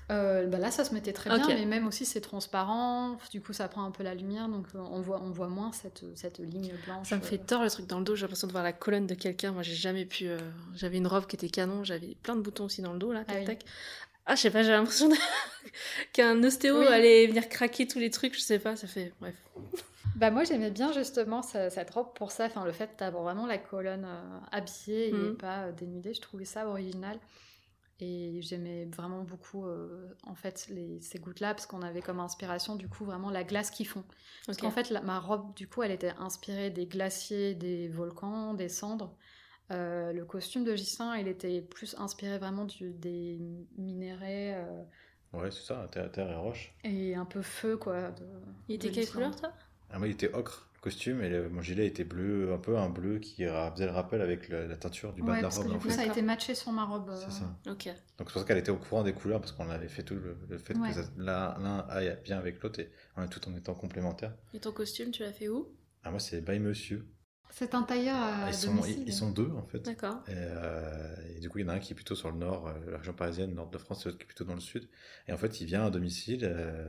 C: là ça se mettait très bien, mais même aussi c'est transparent, du coup ça prend un peu la lumière, donc on voit moins cette ligne blanche.
B: Ça me fait tort le truc dans le dos, j'ai l'impression de voir la colonne de quelqu'un. Moi j'ai jamais pu, j'avais une robe qui était canon, j'avais plein de boutons aussi dans le dos là, tac. Ah je sais pas, j'ai l'impression qu'un ostéo allait venir craquer tous les trucs, je sais pas, ça fait bref.
C: Moi j'aimais bien justement cette robe pour ça, enfin le fait d'avoir vraiment la colonne habillée et pas dénudée, je trouvais ça original et j'aimais vraiment beaucoup en fait ces gouttes là parce qu'on avait comme inspiration du coup vraiment la glace qu'ils font. Parce qu'en fait ma robe du coup elle était inspirée des glaciers, des volcans, des cendres. Le costume de Ghislain il était plus inspiré vraiment des minéraux.
D: Ouais c'est ça, terre et roche.
C: Et un peu feu quoi.
B: Il était quelle couleur toi?
D: Moi, il était ocre, le costume, et mon gilet était bleu, un peu un bleu qui faisait le rappel avec la teinture du bas de la robe.
C: Parce que du coup, ça a été matché sur ma robe.
D: C'est ça.
B: Ok.
D: Donc c'est pour ça qu'elle était au courant des couleurs, parce qu'on avait fait tout le fait que l'un aille bien avec l'autre, et tout en étant complémentaires.
B: Et ton costume, tu l'as fait où?
D: Moi, c'est by Monsieur.
C: C'est un tailleur à domicile.
D: Ils sont deux, en fait.
B: D'accord.
D: Et du coup, il y en a un qui est plutôt sur le nord, la région parisienne, nord de France, et l'autre qui est plutôt dans le sud. Et en fait, il vient à domicile,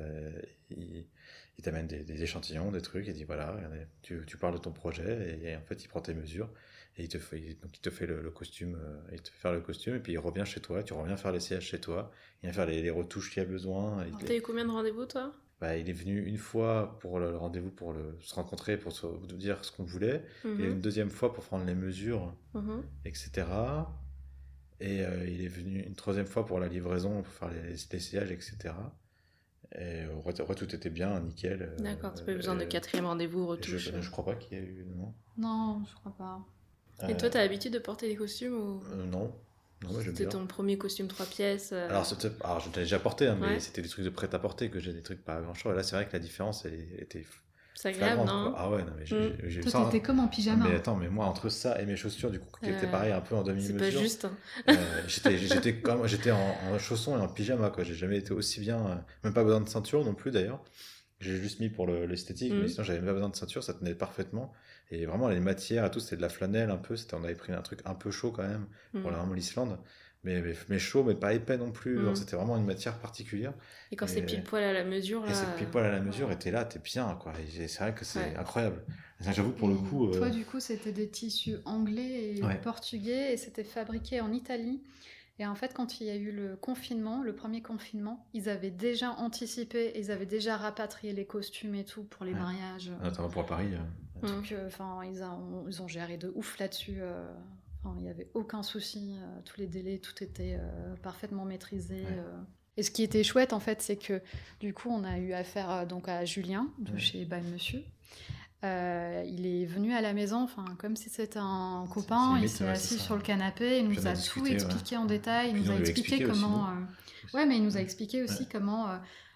D: il t'amène des échantillons, des trucs, il dit voilà, regardez, tu parles de ton projet, et en fait, il prend tes mesures, et il te fait le costume, il te fait faire le costume, et puis il revient chez toi, tu reviens faire l'essayage chez toi, il vient faire les retouches qu'il y a besoin.
B: T'as eu combien de rendez-vous, toi?
D: Il est venu une fois pour le rendez-vous, pour se rencontrer, pour se dire ce qu'on voulait, et une deuxième fois pour prendre les mesures, etc. Et il est venu une troisième fois pour la livraison, pour faire l'essayage, etc. Et après, tout était bien, nickel.
B: D'accord, tu n'as pas besoin de quatrième rendez-vous, retouche.
D: Je crois pas qu'il y ait eu, non.
C: Non, je crois pas.
B: Et toi, t'as l'habitude de porter des costumes ou...
D: Non.
B: C'était ton premier costume 3 pièces
D: Alors, je l'ai déjà porté, mais c'était des trucs de prêt-à-porter, que j'ai des trucs pas grand-chose. Et là, c'est vrai que la différence, elle était...
B: C'est agréable, non?
D: Ah ouais, non, mais j'ai
C: Toi, t'étais comme en pyjama.
D: Mais attends, mais moi, entre ça et mes chaussures, du coup, qui étaient pareil, un peu en demi-mesure.
B: C'est pas juste. Hein.
D: J'étais en chaussons et en pyjama, quoi. J'ai jamais été aussi bien. Même pas besoin de ceinture non plus, d'ailleurs. J'ai juste mis pour l'esthétique, mais sinon, j'avais même pas besoin de ceinture, ça tenait parfaitement. Et vraiment, les matières et tout, c'était de la flanelle un peu. On avait pris un truc un peu chaud quand même, pour vraiment l'Islande. Mais chaud, mais pas épais non plus. C'était vraiment une matière particulière.
B: Et quand c'est pile poil à la mesure, là...
D: Et c'est pile poil à la mesure, et t'es là, t'es bien, quoi. Et c'est vrai que c'est incroyable. J'avoue, pour le coup...
C: Toi, du coup, c'était des tissus anglais et portugais, et c'était fabriqué en Italie. Et en fait, quand il y a eu le premier confinement, ils avaient déjà anticipé, ils avaient déjà rapatrié les costumes et tout pour les mariages.
D: Notamment pour Paris.
C: Donc, ils ont géré de ouf là-dessus. Il n'y avait aucun souci, tous les délais, tout était parfaitement maîtrisé. Et ce qui était chouette, en fait, c'est que du coup, on a eu affaire donc à Julien, de chez By Monsieur. Il est venu à la maison, comme si c'était un copain, il s'est assis sur le canapé, il nous a tout expliqué en détail, il nous a expliqué comment... mais il nous a expliqué aussi comment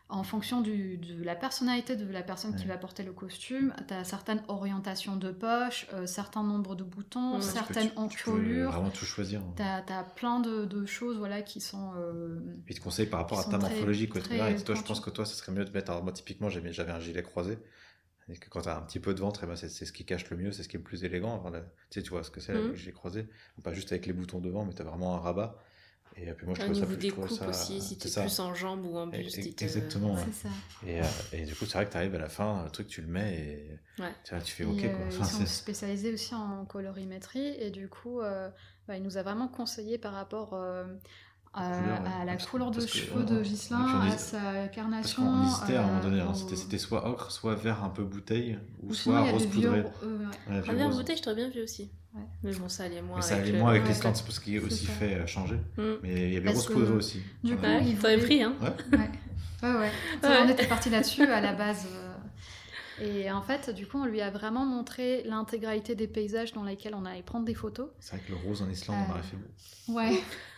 C: en fonction de la personnalité de la personne qui va porter le costume, tu as certaines orientations de poches, certains nombres de boutons, certaines encolures.
D: Tu peux vraiment tout choisir.
C: Tu as plein de choses voilà, qui sont...
D: Puis, ils te conseillent par rapport à ta morphologie. Toi, je pense que toi, ça serait mieux de mettre... Alors, moi, typiquement, j'avais un gilet croisé. Et que quand tu as un petit peu de ventre, eh ben c'est ce qui cache le mieux, c'est ce qui est le plus élégant. Enfin, tu vois ce que c'est, le gilet croisé. Pas juste avec les boutons devant, mais tu as vraiment un rabat. Et puis moi, je trouve ça plus...
B: Au niveau des coupes aussi, si t'es plus en jambes ou en buste.
D: Exactement.
C: C'est ça.
D: Et du coup, c'est vrai que tu arrives à la fin, le truc, tu le mets et tu fais OK. Quoi.
C: Ils sont spécialisés aussi en colorimétrie. Et du coup, il nous a vraiment conseillé par rapport... à la couleur de cheveux de Ghislain, à sa carnation.
D: Parce qu'on hésitait à un moment donné, c'était soit ocre, soit vert un peu bouteille, ou soit rose poudré.
B: Un vert bouteille, je t'aurais bien vu aussi. Ouais. Mais bon, ça allait moins
D: avec l'Islande, c'est parce qu'il est aussi fait changer. Mais il y avait rose poudré aussi.
C: Du coup,
B: il t'avais pris, hein.
C: Ouais. On était partis là-dessus à la base. Et en fait, du coup, on lui a vraiment montré l'intégralité des paysages dans lesquels on allait prendre des photos.
D: C'est vrai que le rose en Islande, on aurait fait beau.
C: Ouais.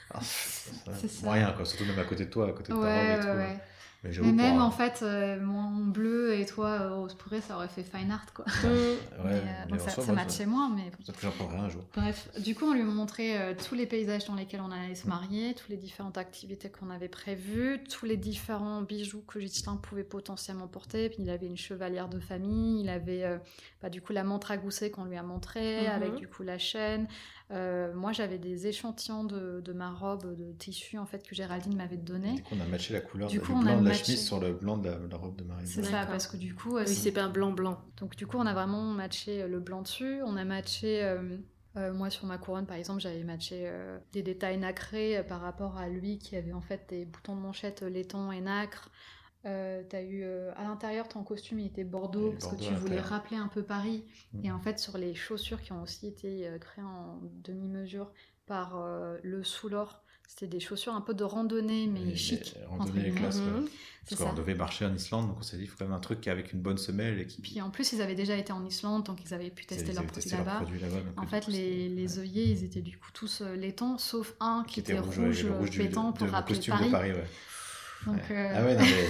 D: C'est ça. Moyen, quoi. Surtout même à côté de toi, à côté de ta robe et tout.
C: Ouais. Mais même en fait, mon bleu et toi, rose poudré, ça aurait fait fine art, quoi. Donc ça matchait moins, mais...
D: Peut-être que j'en prendrai un jour.
C: Bref, du coup, on lui a montré tous les paysages dans lesquels on allait se marier, toutes les différentes activités qu'on avait prévues, tous les différents bijoux que Ghislain pouvait potentiellement porter. Puis il avait une chevalière de famille, il avait du coup la montre à gousset qu'on lui a montrée, avec du coup la chaîne. Moi, j'avais des échantillons de ma robe de tissu en fait que Géraldine m'avait donné.
D: Du coup, on a matché la couleur du blanc de la chemise sur le blanc de la robe de Marie.
C: C'est ça, parce que du coup,
B: c'est pas un blanc.
C: Donc du coup, on a vraiment matché le blanc dessus. On a matché. Moi, sur ma couronne, par exemple, j'avais matché des détails nacrés par rapport à lui qui avait en fait des boutons de manchette laiton et nacre. T'as eu à l'intérieur ton costume il était bordeaux parce que tu voulais rappeler un peu Paris et en fait sur les chaussures qui ont aussi été créées en demi-mesure par le Soulor, c'était des chaussures un peu de randonnée mais chic,
D: randonnée classe parce qu'on devait marcher en Islande, donc on s'est dit il faut quand même un truc avec une bonne semelle et
C: puis en plus ils avaient déjà été en Islande donc ils avaient pu tester leurs produits là-bas. En fait les œillets ils étaient du coup tous laitons sauf un qui était rouge pétant pour rappeler Paris. Donc,
D: Ah ouais, non mais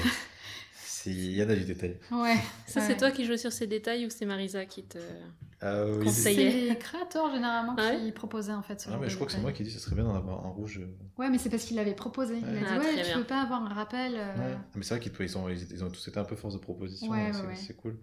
D: il y en a du détail.
C: Ouais.
B: Ça, c'est toi qui jouais sur ces détails ou c'est Marisa qui te
C: conseillait? C'est les créateurs généralement qui proposaient en fait ce genre
D: mais je crois que c'est moi qui ai dit que ça serait bien d'en avoir en rouge. Ouais,
C: mais c'est parce qu'il l'avait proposé. Il a dit tu peux pas avoir un rappel.
D: Mais c'est vrai qu'ils ont tous été un peu force de proposition. C'est cool.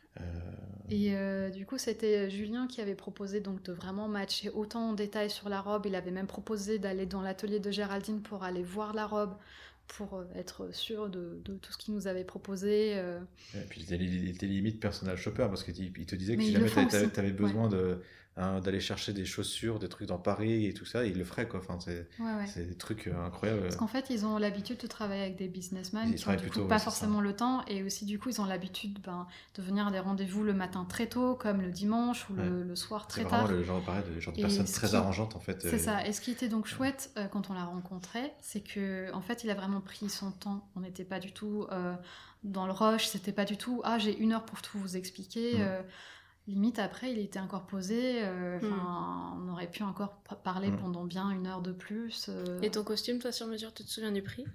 C: Et du coup, c'était Julien qui avait proposé donc de vraiment matcher autant en détail sur la robe. Il avait même proposé d'aller dans l'atelier de Géraldine pour aller voir la robe, pour être sûr de tout ce qu'il nous avait proposé.
D: Et puis il était limite personal shopper parce qu'il te disait que si jamais tu avais besoin d'aller chercher des chaussures, des trucs dans Paris et tout ça, il le ferait quoi. Enfin, c'est des trucs incroyables.
C: Parce qu'en fait, ils ont l'habitude de travailler avec des businessmen qui ont du coup pas forcément le temps, et aussi du coup ils ont l'habitude de venir à des rendez-vous le matin très tôt, comme le dimanche ou le soir très tard.
D: C'est vraiment le genre de personne très arrangeante en fait.
C: C'est ça. Et ce qui était donc chouette quand on l'a rencontré, c'est que en fait il a vraiment pris son temps. On n'était pas du tout dans le rush, c'était pas du tout j'ai 1 heure pour tout vous expliquer. Limite après il était encore posé, on aurait pu encore parler pendant bien 1 heure de plus.
B: Et ton costume, toi sur mesure, tu te souviens du prix?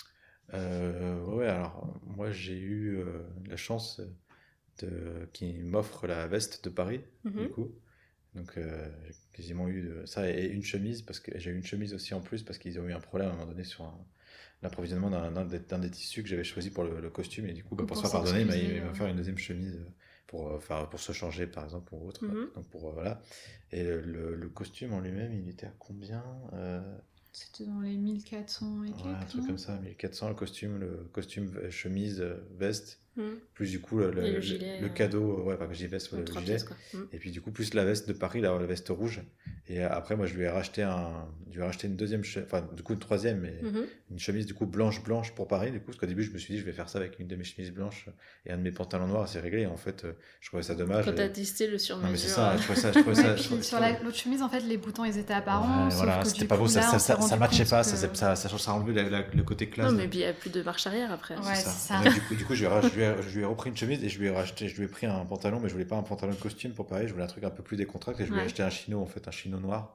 D: Ouais, alors moi j'ai eu la chance qu'il m'offre la veste de Paris du coup, donc j'ai quasiment eu ça et une chemise, parce que j'ai eu une chemise aussi en plus parce qu'ils ont eu un problème à un moment donné sur l'approvisionnement d'un des tissus que j'avais choisi pour le costume, et du coup pour se faire pardonner il m'a offert une deuxième chemise pour se changer par exemple ou autre. Donc voilà. Et le costume en lui-même il était à combien?
C: C'était dans les 1400 et quelques,
D: un truc comme ça, 1400 le costume chemise veste, plus du coup le cadeau, pas que j'ai veste, le gilet, et puis du coup plus la veste de Paris, la veste rouge. Et après moi je lui ai racheté une deuxième du coup une troisième, mais une chemise du coup blanche pour Paris, du coup, parce qu'au début je me suis dit je vais faire ça avec une de mes chemises blanches et un de mes pantalons noirs, c'est réglé. Et en fait je trouvais ça dommage.
B: Quand t'as testé le sur-mesure.
D: Mais c'est ça, je trouvais ça
C: sur l'autre chemise en fait les boutons ils étaient apparents,
D: voilà,
C: sauf que
D: c'était pas beau, ça matchait pas, ça enlevait le côté classe.
B: Non mais puis il y a plus de marche arrière après.
C: Ouais, c'est ça.
D: Du coup je lui ai repris une chemise et je lui ai pris un pantalon, mais je voulais pas un pantalon de costume pour Paris, je voulais un truc un peu plus décontracté, et je lui ai acheté un chino noir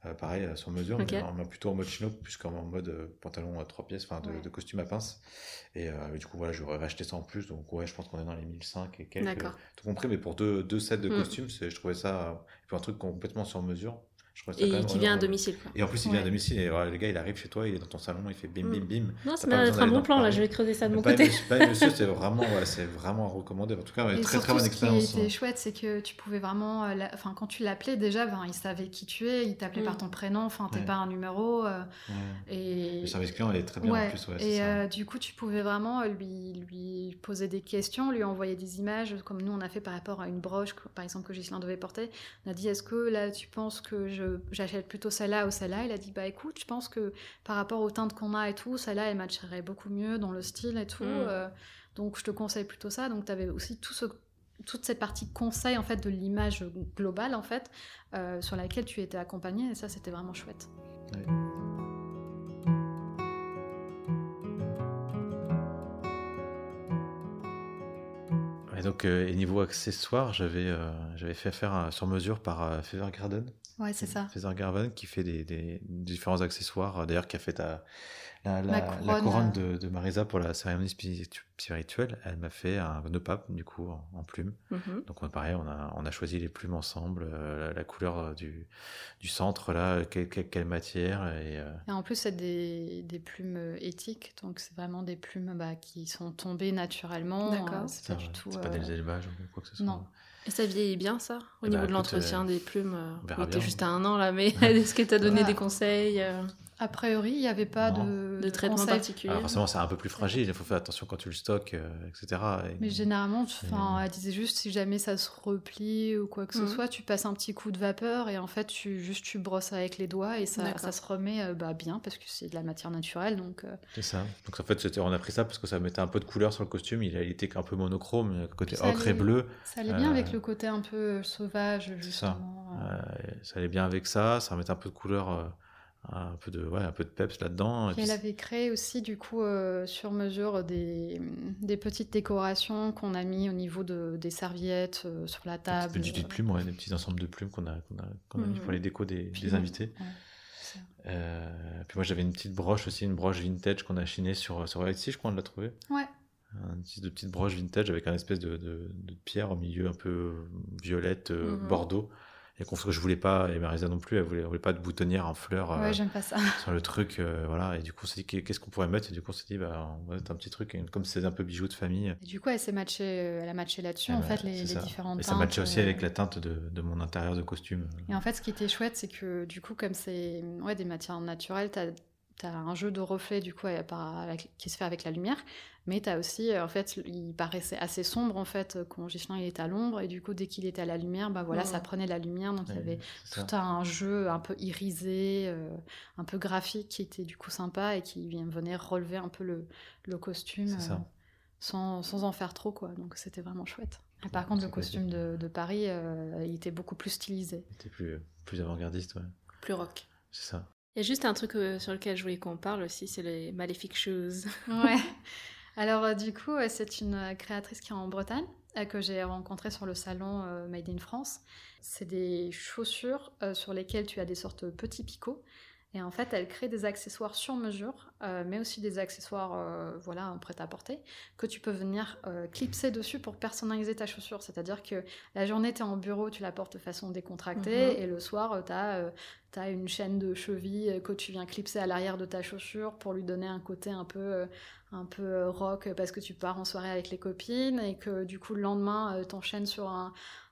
D: pareil, sur mesure,
B: Ok.
D: mais plutôt en mode chino, plus qu'en mode pantalon à 3 pièces, de costume à pince. Et du coup, voilà, j'aurais racheté ça en plus. Donc, ouais, je pense qu'on est dans les 1005 et quelques.
B: D'accord.
D: Tout compris, mais pour deux sets de costumes, je trouvais ça. Et puis un truc complètement sur mesure. Je trouvais ça quand
B: Et
D: même
B: qui vient à
D: vraiment-
B: domicile, quoi.
D: Et en plus, il vient à domicile. Et voilà, le gars, il arrive chez toi, il est dans ton salon, il fait bim, bim, bim.
B: Non, ça
D: T'as
B: m'a
D: pas
B: l'air
D: besoin
B: d'être un
D: d'aller
B: bon
D: dans
B: plan, là,
D: Paris.
B: je vais creuser ça de mon
D: Pas
B: côté.
D: monsieur, c'est vraiment à recommander. En tout cas,
C: Et
D: très très
C: surtout,
D: bonne
C: ce
D: expérience.
C: qui était chouette, c'est que tu pouvais vraiment... Enfin, quand tu l'appelais, déjà, il savait qui tu es, il t'appelait par ton prénom, enfin, t'es
D: Ouais.
C: pas un numéro.
D: Ouais.
C: Et...
D: Le service client, il est très bien en plus. Ouais, c'est
C: et
D: ça.
C: du coup, tu pouvais vraiment lui poser des questions, lui envoyer des images, comme nous on a fait par rapport à une broche, par exemple, que Ghislain devait porter. On a dit, est-ce que là, tu penses que j'achète plutôt celle-là ou celle-là? Il a dit, bah écoute, je pense que par rapport aux teintes qu'on a et tout, celle-là, elle matcherait beaucoup mieux dans le style et tout. Donc, je te conseille plutôt ça. Donc, tu avais aussi toute cette partie conseil en fait de l'image globale en fait sur laquelle tu étais accompagnée, et ça c'était vraiment chouette.
D: Ouais. Et donc, et niveau accessoires, j'avais fait faire sur mesure par Feather Garden.
C: Ouais, c'est ça.
D: Feather Garden qui fait des différents accessoires, d'ailleurs qui a fait la
C: couronne,
D: couronne de Marisa pour la cérémonie spirituelle. Elle m'a fait un nœud pape du coup en plumes. Donc pareil, on a choisi les plumes ensemble, la couleur du centre là, quelle matière
C: et en plus c'est des plumes éthiques, donc c'est vraiment des plumes qui sont tombées naturellement.
B: D'accord.
C: C'est pas du tout.
D: C'est pas des élevages ou quoi que ce soit.
C: Non.
B: Et ça vieillit bien, ça, au niveau de l'entretien des plumes?
D: on verra
B: T'es
D: bien.
B: juste à 1 an là, mais est-ce que t'as donné des conseils?
C: A priori, il n'y avait pas de
B: traitement
C: conseils
B: particulier.
D: Alors forcément, c'est un peu plus fragile, il faut faire attention quand tu le stockes, etc.
C: Mais généralement, elle disait juste si jamais ça se replie ou quoi que ce soit, tu passes un petit coup de vapeur et en fait, tu brosses avec les doigts et ça se remet bien parce que c'est de la matière naturelle. Donc,
D: c'est ça. Donc en fait, on a pris ça parce que ça mettait un peu de couleur sur le costume. Il était un peu monochrome, côté ocre et bleu.
C: Ça allait bien avec le côté un peu sauvage, justement.
D: Ça allait bien avec ça. Ça remettait un peu de couleur. Un peu de peps là-dedans.
C: Et elle avait créé aussi, du coup, sur mesure, des petites décorations qu'on a mis au niveau des serviettes sur la table.
D: Des petites plumes, des petits ensembles de plumes qu'on a mis pour les décos des invités. Puis moi, j'avais une petite broche aussi, une broche vintage qu'on a chinée sur Etsy, je crois, on l'a trouvée.
C: Ouais.
D: Une petite broche vintage avec un espèce de pierre au milieu un peu violette, bordeaux. Et que je voulais pas, et Marisa non plus, elle voulait pas de boutonnière en fleurs
C: j'aime pas ça.
D: sur le truc, voilà. Et du coup, on s'est dit qu'est-ce qu'on pourrait mettre, et du coup, on s'est dit, on va mettre un petit truc, comme c'est un peu bijoux de famille.
C: Et du coup, elle a matché là-dessus, en fait, les différentes teintes.
D: Et ça matchait aussi avec la teinte de mon intérieur de costume.
C: Et en fait, ce qui était chouette, c'est que du coup, comme c'est des matières naturelles, t'as un jeu de reflets du coup qui se fait avec la lumière, mais t'as aussi en fait il paraissait assez sombre en fait quand Ghislain il était à l'ombre, et du coup dès qu'il était à la lumière ça prenait la lumière, donc il y avait tout un jeu un peu irisé, un peu graphique qui était du coup sympa et qui venait relever un peu le costume sans en faire trop quoi, donc c'était vraiment chouette. Et par contre le costume de Paris il était beaucoup plus stylisé.
D: Il était plus avant-gardiste,
B: plus rock.
D: C'est ça.
B: Il y a juste un truc sur lequel je voulais qu'on parle aussi, c'est les Malefic Shoes.
C: Ouais. Alors du coup, c'est une créatrice qui est en Bretagne, que j'ai rencontrée sur le salon Made in France. C'est des chaussures sur lesquelles tu as des sortes de petits picots. Et en fait, elle crée des accessoires sur mesure, mais aussi des accessoires en prêt-à-porter, que tu peux venir clipser dessus pour personnaliser ta chaussure. C'est-à-dire que la journée, tu es en bureau, tu la portes de façon décontractée, et le soir, tu as une chaîne de cheville que tu viens clipser à l'arrière de ta chaussure pour lui donner un côté un peu rock, parce que tu pars en soirée avec les copines, et que du coup, le lendemain, t'enchaînes sur un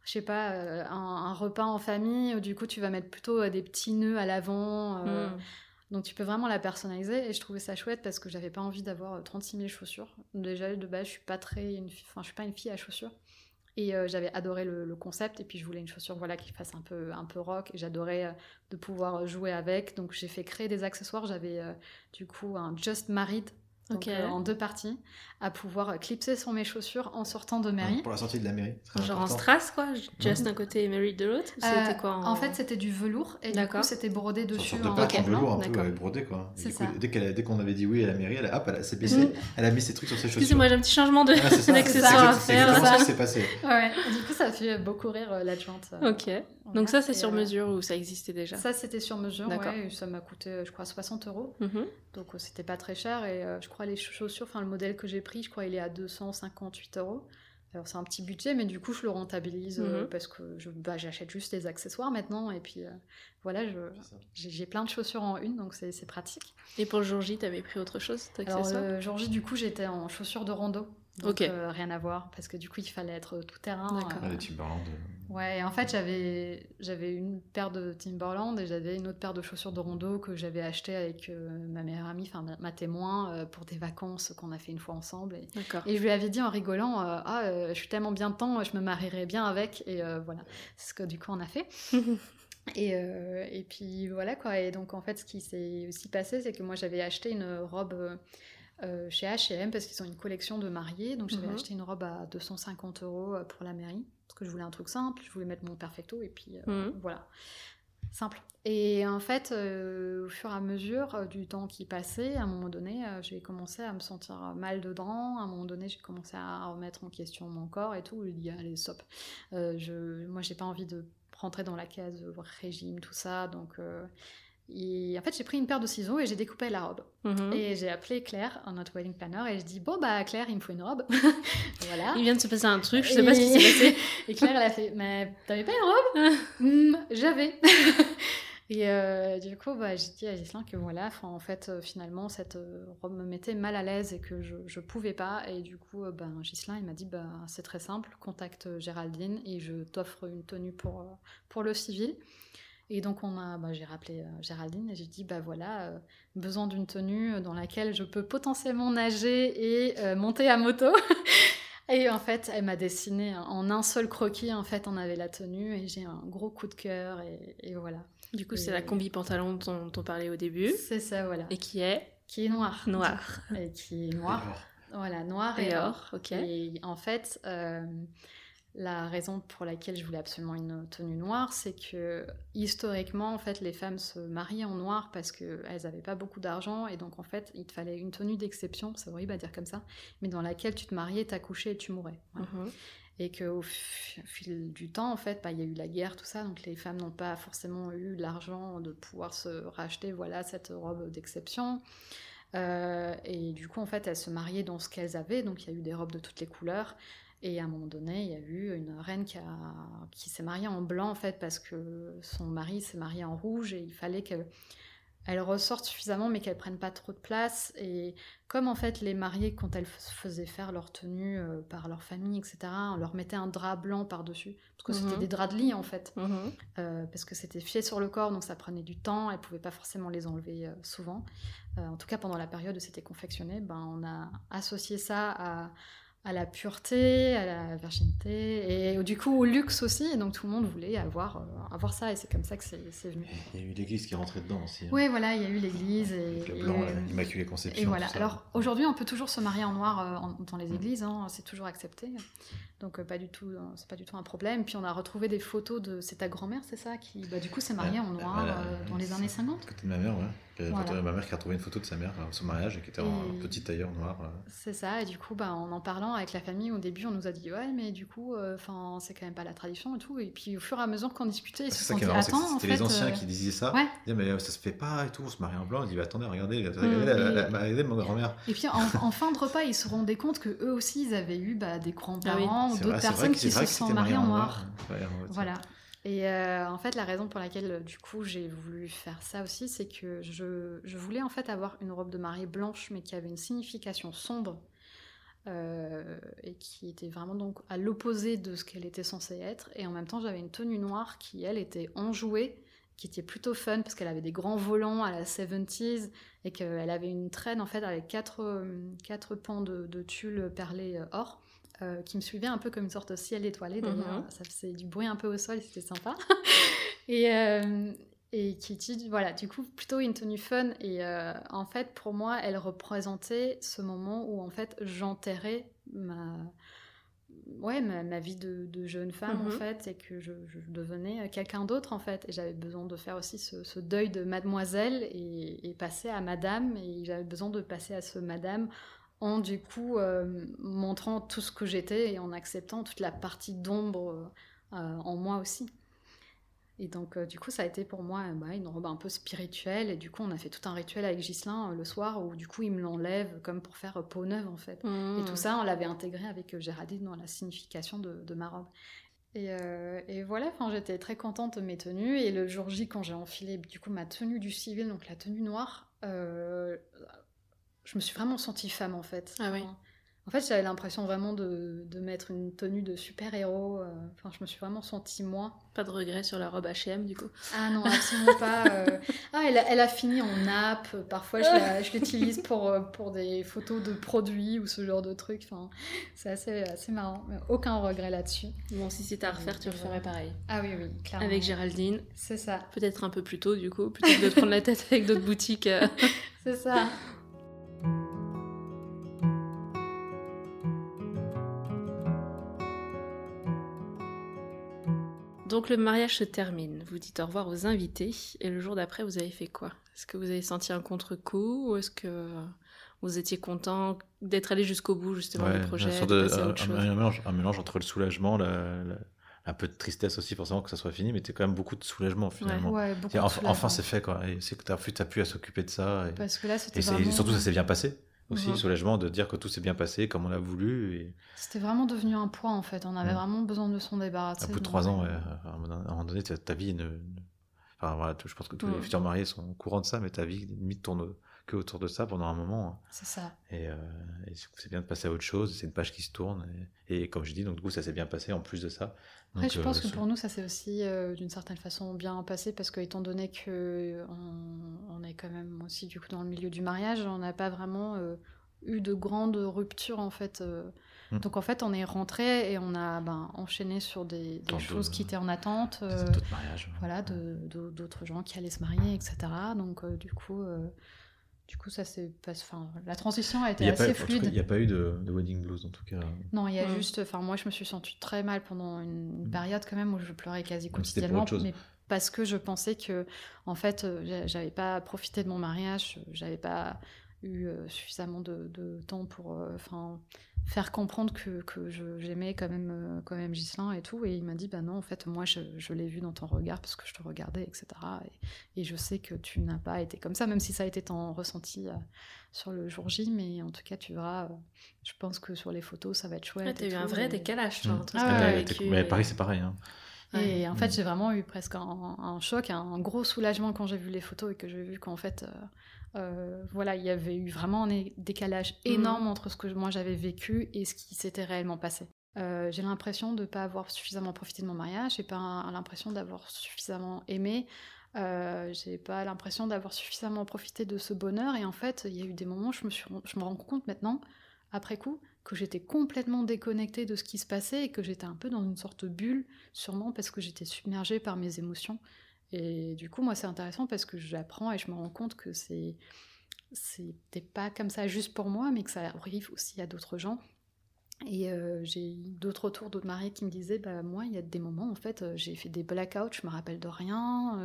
C: repas en famille, où du coup tu vas mettre plutôt des petits nœuds à l'avant, donc tu peux vraiment la personnaliser, et je trouvais ça chouette parce que j'avais pas envie d'avoir 36 000 chaussures. Déjà de base je suis pas une fille à chaussures, et j'avais adoré le concept, et puis je voulais une chaussure qui fasse un peu rock, et j'adorais de pouvoir jouer avec, donc j'ai fait créer des accessoires. J'avais du coup un Just Married Donc en 2 parties, à pouvoir clipser sur mes chaussures en sortant de mairie.
D: Pour la sortie de la mairie.
B: Genre en strass, quoi. Just d'un côté et Mary de l'autre. C'était quoi
C: en fait, c'était du velours et du coup, c'était brodé dessus.
D: Une sorte de patch en velours un peu brodé, quoi.
C: C'est
D: du coup,
C: ça.
D: Dès qu'on avait dit oui à la mairie, elle s'est baissée, elle a mis ses trucs sur ses chaussures.
B: Excusez-moi, j'ai un petit changement d'accessoires à faire.
D: C'est ça qui s'est passé.
C: Ouais. Du coup, ça a fait beaucoup rire l'adjointe.
B: Ok. Donc ça, c'est sur mesure ou ça existait déjà?
C: Ça, c'était sur mesure, ouais. Et ça m'a coûté, je crois, 60 €. Donc c'était pas très cher. Et je crois les chaussures, le modèle que j'ai pris, je crois il est à 258 €. Alors c'est un petit budget, mais du coup je le rentabilise parce que j'achète juste les accessoires maintenant. Et puis voilà, j'ai plein de chaussures en une, donc c'est pratique.
B: Et pour le jour J, t'avais pris autre chose d'accessoires?
C: Alors le jour J, du coup, j'étais en chaussures de rando. Donc rien à voir, parce que du coup il fallait être tout terrain.
D: Les Timberland.
C: Ouais, et en fait j'avais une paire de Timberland et j'avais une autre paire de chaussures de rando que j'avais achetée avec ma meilleure amie, enfin ma témoin, pour des vacances qu'on a fait une fois ensemble. Et je lui avais dit en rigolant, je suis tellement bien dedans, je me marierais bien avec, et voilà, c'est ce que du coup on a fait. Et puis voilà quoi, et donc en fait ce qui s'est aussi passé, c'est que moi j'avais acheté une robe chez H&M parce qu'ils ont une collection de mariés, donc j'avais acheté une robe à 250 € pour la mairie parce que je voulais un truc simple, je voulais mettre mon perfecto et puis voilà, simple. Et en fait au fur et à mesure du temps qui passait, à un moment donné j'ai commencé à me sentir mal dedans, à un moment donné j'ai commencé à remettre en question mon corps et tout, je lui ai dit allez stop, moi j'ai pas envie de rentrer dans la case régime, tout ça, donc et en fait j'ai pris une paire de ciseaux et j'ai découpé la robe et j'ai appelé Claire, notre wedding planner, et je dis bon bah Claire, il me faut une robe. Voilà, il
B: vient de se passer un truc, je sais pas ce qui s'est passé.
C: Et Claire elle a fait mais t'avais pas une robe? J'avais. Et du coup j'ai dit à Ghislain que voilà, en fait finalement cette robe me mettait mal à l'aise et que je pouvais pas, et du coup Ghislain il m'a dit c'est très simple, contacte Géraldine et je t'offre une tenue pour le civil. Et donc j'ai rappelé Géraldine et j'ai dit voilà, besoin d'une tenue dans laquelle je peux potentiellement nager et monter à moto. Et en fait elle m'a dessiné en un seul croquis, en fait on avait la tenue et j'ai un gros coup de cœur et voilà.
B: Du coup c'est la combi pantalon dont on parlait au début.
C: C'est ça, voilà.
B: Et qui est
C: noire.
B: Et
C: qui est noire. Voilà, noir et or. Ok. Et en fait la raison pour laquelle je voulais absolument une tenue noire, c'est que historiquement, en fait, les femmes se mariaient en noir parce qu'elles n'avaient pas beaucoup d'argent, et donc en fait, il te fallait une tenue d'exception, c'est horrible à dire comme ça, mais dans laquelle tu te mariais, t'accouchais et tu mourais. Voilà. Et qu'au fil du temps, en fait, il y a eu la guerre, tout ça, donc les femmes n'ont pas forcément eu l'argent de pouvoir se racheter cette robe d'exception. Et du coup, en fait, elles se mariaient dans ce qu'elles avaient, donc il y a eu des robes de toutes les couleurs. Et à un moment donné, il y a eu une reine qui s'est mariée en blanc, en fait, parce que son mari s'est marié en rouge, et il fallait qu'elle ressorte suffisamment, mais qu'elle prenne pas trop de place. Et comme, en fait, les mariés, quand elles faisaient faire leur tenue par leur famille, etc., on leur mettait un drap blanc par-dessus, parce que c'était des draps de lit, en fait, parce que c'était fié sur le corps, donc ça prenait du temps, elles pouvaient pas forcément les enlever souvent. En tout cas, pendant la période où c'était confectionné, on a associé ça à la pureté, à la virginité, et du coup au luxe aussi, et donc tout le monde voulait avoir ça, et c'est comme ça que c'est venu.
D: Il y a eu l'église qui est rentrée dedans aussi.
C: Oui, voilà, il y a eu l'église.
D: Avec le blanc, l'Immaculée Conception.
C: Et voilà, alors aujourd'hui on peut toujours se marier en noir dans les églises, c'est toujours accepté, donc c'est pas du tout un problème. Puis on a retrouvé des photos c'est ta grand-mère, c'est ça, qui du coup s'est mariée en noir dans les années 50.
D: Côté de ma mère, ouais. Ma mère qui a retrouvé une photo de sa mère, son mariage, qui était en petit tailleur noir. C'est
C: ça, et du coup, en parlant avec la famille, au début, on nous a dit ouais, mais du coup, c'est quand même pas la tradition et tout. Et puis au fur et à mesure qu'on discutait, ils se sont dit attends,
D: c'était les anciens qui disaient ça.
C: Ouais.
D: Ils disaient mais ça se fait pas et tout, on se marie en blanc. Ils disaient attendez, regardez ma grand-mère.
C: Et puis en fin de repas, ils se rendaient compte que eux aussi, ils avaient eu des grands-parents ou d'autres personnes qui se sont mariées en noir. Voilà. Et en fait, la raison pour laquelle, du coup, j'ai voulu faire ça aussi, c'est que je voulais en fait avoir une robe de mariée blanche, mais qui avait une signification sombre, et qui était vraiment donc à l'opposé de ce qu'elle était censée être. Et en même temps, j'avais une tenue noire qui, elle, était enjouée, qui était plutôt fun, parce qu'elle avait des grands volants à la 70s, et qu'elle avait une traîne, en fait, avec quatre pans de tulle perlé or. Qui me suivait un peu comme une sorte de ciel étoilé, d'ailleurs. Ça faisait du bruit un peu au sol, c'était sympa. Et Et Kitty, voilà, du coup, plutôt une tenue fun. Et en fait, pour moi, elle représentait ce moment où, en fait, j'enterrais ma vie de jeune femme, en fait, et que je devenais quelqu'un d'autre, en fait. Et j'avais besoin de faire aussi ce deuil de mademoiselle et passer à madame. Et j'avais besoin de passer à ce madame en, du coup, montrant tout ce que j'étais et en acceptant toute la partie d'ombre en moi aussi. Et donc, du coup, ça a été pour moi une robe un peu spirituelle. Et du coup, on a fait tout un rituel avec Ghislain le soir où, du coup, il me l'enlève comme pour faire peau neuve, en fait. Et tout ça, on l'avait intégré avec Géraldine dans la signification de ma robe. Et voilà, j'étais très contente de mes tenues. Et le jour J, quand j'ai enfilé, du coup, ma tenue du civil, donc la tenue noire, je me suis vraiment sentie femme, en fait.
B: Ah oui.
C: En fait, j'avais l'impression vraiment de mettre une tenue de super-héros. Je me suis vraiment sentie moi.
B: Pas de regret sur la robe H&M, du coup?
C: Ah non, absolument pas. Elle a fini en nappe. Parfois, je l'utilise pour des photos de produits ou ce genre de trucs. C'est assez marrant. Aucun regret là-dessus.
B: Bon, si c'était à refaire, tu referais pareil.
C: Ah oui, clairement.
B: Avec Géraldine.
C: C'est ça.
B: Peut-être un peu plus tôt, du coup. Plutôt que de te prendre la tête avec d'autres boutiques.
C: C'est ça.
B: Donc le mariage se termine, vous dites au revoir aux invités, et le jour d'après, vous avez fait quoi? Est-ce que vous avez senti un contre-coup, ou est-ce que vous étiez content d'être allé jusqu'au bout, justement, du projet, de passer à autre chose?
D: Un mélange entre le soulagement, un peu de tristesse aussi, forcément, que ça soit fini, mais t'es quand même beaucoup de soulagement, finalement.
C: Ouais, beaucoup de soulagement.
D: Enfin, c'est fait, quoi. Et c'est que t'as pu à s'occuper de ça.
C: Parce que là, c'était
D: vraiment... Et surtout, ça s'est bien passé. Aussi, le soulagement de dire que tout s'est bien passé comme on l'a voulu. Et...
C: C'était vraiment devenu un poids, en fait. On avait vraiment besoin de s'en débarrasser.
D: À bout de 3 ans, à un moment donné, ta vie Enfin, voilà, je pense que tous les futurs mariés sont au courant de ça, mais ta vie, limite, tourne que autour de ça pendant un moment.
C: C'est ça.
D: Et c'est bien de passer à autre chose. C'est une page qui se tourne. Et comme je dis, donc, du coup, ça s'est bien passé en plus de ça.
C: Après, je pense que pour nous, ça s'est aussi, d'une certaine façon, bien passé, parce que, étant donné qu'on est quand même aussi, du coup, dans le milieu du mariage, on n'a pas vraiment eu de grandes ruptures, en fait. Donc, en fait, on est rentré et on a enchaîné sur des choses qui étaient en attente.
D: D'autres mariages.
C: Voilà, d'autres gens qui allaient se marier, etc. Donc, du coup, ça s'est passé. La transition a été assez fluide.
D: Il n'y a pas eu de wedding blues, en tout cas.
C: Non, il y a juste. Moi, je me suis sentie très mal pendant une période quand même où je pleurais quasi quotidiennement, mais parce que je pensais que, en fait, j'avais pas profité de mon mariage, j'avais pas eu suffisamment de temps pour faire comprendre que j'aimais quand même Ghislain et tout. Et il m'a dit, non, en fait, moi, je l'ai vu dans ton regard parce que je te regardais, etc. Et je sais que tu n'as pas été comme ça, même si ça a été ton ressenti sur le jour J, mais en tout cas, tu verras, je pense que sur les photos, ça va être chouette.
B: T'as eu un vrai décalage, entre ce que
D: t'as vécu. Mais Paris, c'est pareil. Hein.
C: Et en fait, j'ai vraiment eu presque un choc, un gros soulagement quand j'ai vu les photos et que j'ai vu qu'en fait... il y avait eu vraiment un décalage énorme entre ce que moi j'avais vécu et ce qui s'était réellement passé. J'ai l'impression de ne pas avoir suffisamment profité de mon mariage, j'ai pas l'impression d'avoir suffisamment aimé, j'ai pas l'impression d'avoir suffisamment profité de ce bonheur, et en fait il y a eu des moments où je me rends compte maintenant, après coup, que j'étais complètement déconnectée de ce qui se passait et que j'étais un peu dans une sorte de bulle, sûrement parce que j'étais submergée par mes émotions. Et du coup, moi, c'est intéressant parce que j'apprends et je me rends compte que c'était pas comme ça juste pour moi, mais que ça arrive aussi à d'autres gens. Et j'ai eu d'autres retours d'autres mariés qui me disaient, moi, il y a des moments, en fait, j'ai fait des blackouts, je me rappelle de rien.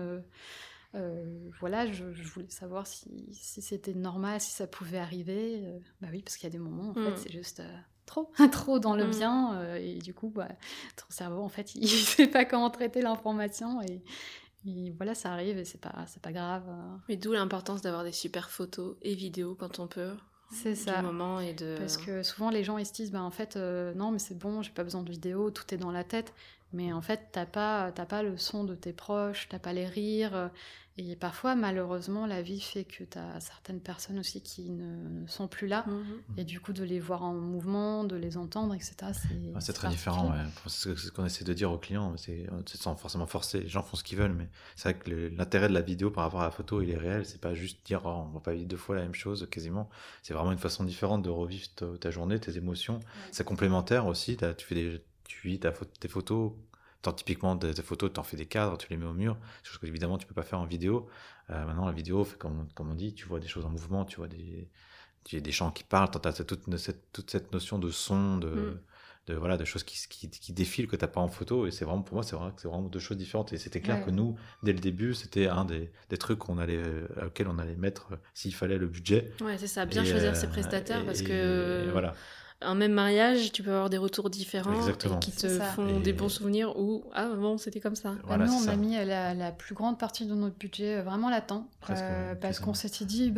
C: Je voulais savoir si c'était normal, si ça pouvait arriver. Oui, parce qu'il y a des moments, en fait, c'est juste... trop dans le bien, et du coup, ton cerveau, en fait, il sait pas comment traiter l'information, et voilà, ça arrive et c'est pas grave.
B: Mais d'où l'importance d'avoir des super photos et vidéos quand on peut.
C: C'est ça.
B: Du moment et
C: Parce que souvent les gens ils se disent en fait non mais c'est bon, j'ai pas besoin de vidéo, tout est dans la tête. Mais en fait t'as pas le son de tes proches, t'as pas les rires. Et parfois malheureusement la vie fait que t'as certaines personnes aussi qui ne sont plus là. Et du coup de les voir en mouvement, de les entendre, etc.
D: C'est très différent. Ouais. C'est ce qu'on essaie de dire aux clients. C'est sans forcément forcer. Les gens font ce qu'ils veulent, mais c'est vrai que l'intérêt de la vidéo par rapport à la photo il est réel. C'est pas juste dire on va pas vivre 2 fois la même chose quasiment. C'est vraiment une façon différente de revivre ta journée, tes émotions. Ouais. C'est complémentaire aussi. Tu vis tes photos typiquement, des photos, tu en fais des cadres, tu les mets au mur, chose que évidemment tu peux pas faire en vidéo. Maintenant, la vidéo, comme on dit, tu vois des choses en mouvement, tu vois des gens qui parlent, tu as toute cette notion de son, de choses qui défilent que tu n'as pas en photo. Et pour moi, c'est vrai que c'est vraiment deux choses différentes. Et c'était clair que nous, dès le début, c'était un des trucs auxquels on allait mettre, s'il fallait, le budget.
B: Ouais, c'est ça, bien choisir ses prestataires parce que...
D: voilà.
B: Un même mariage, tu peux avoir des retours différents.
D: Exactement.
B: Et qui te font des bons souvenirs ou « Ah, bon, c'était comme ça. »
C: Voilà, nous, on a mis la plus grande partie de notre budget vraiment là-dedans. Parce qu'on s'était dit,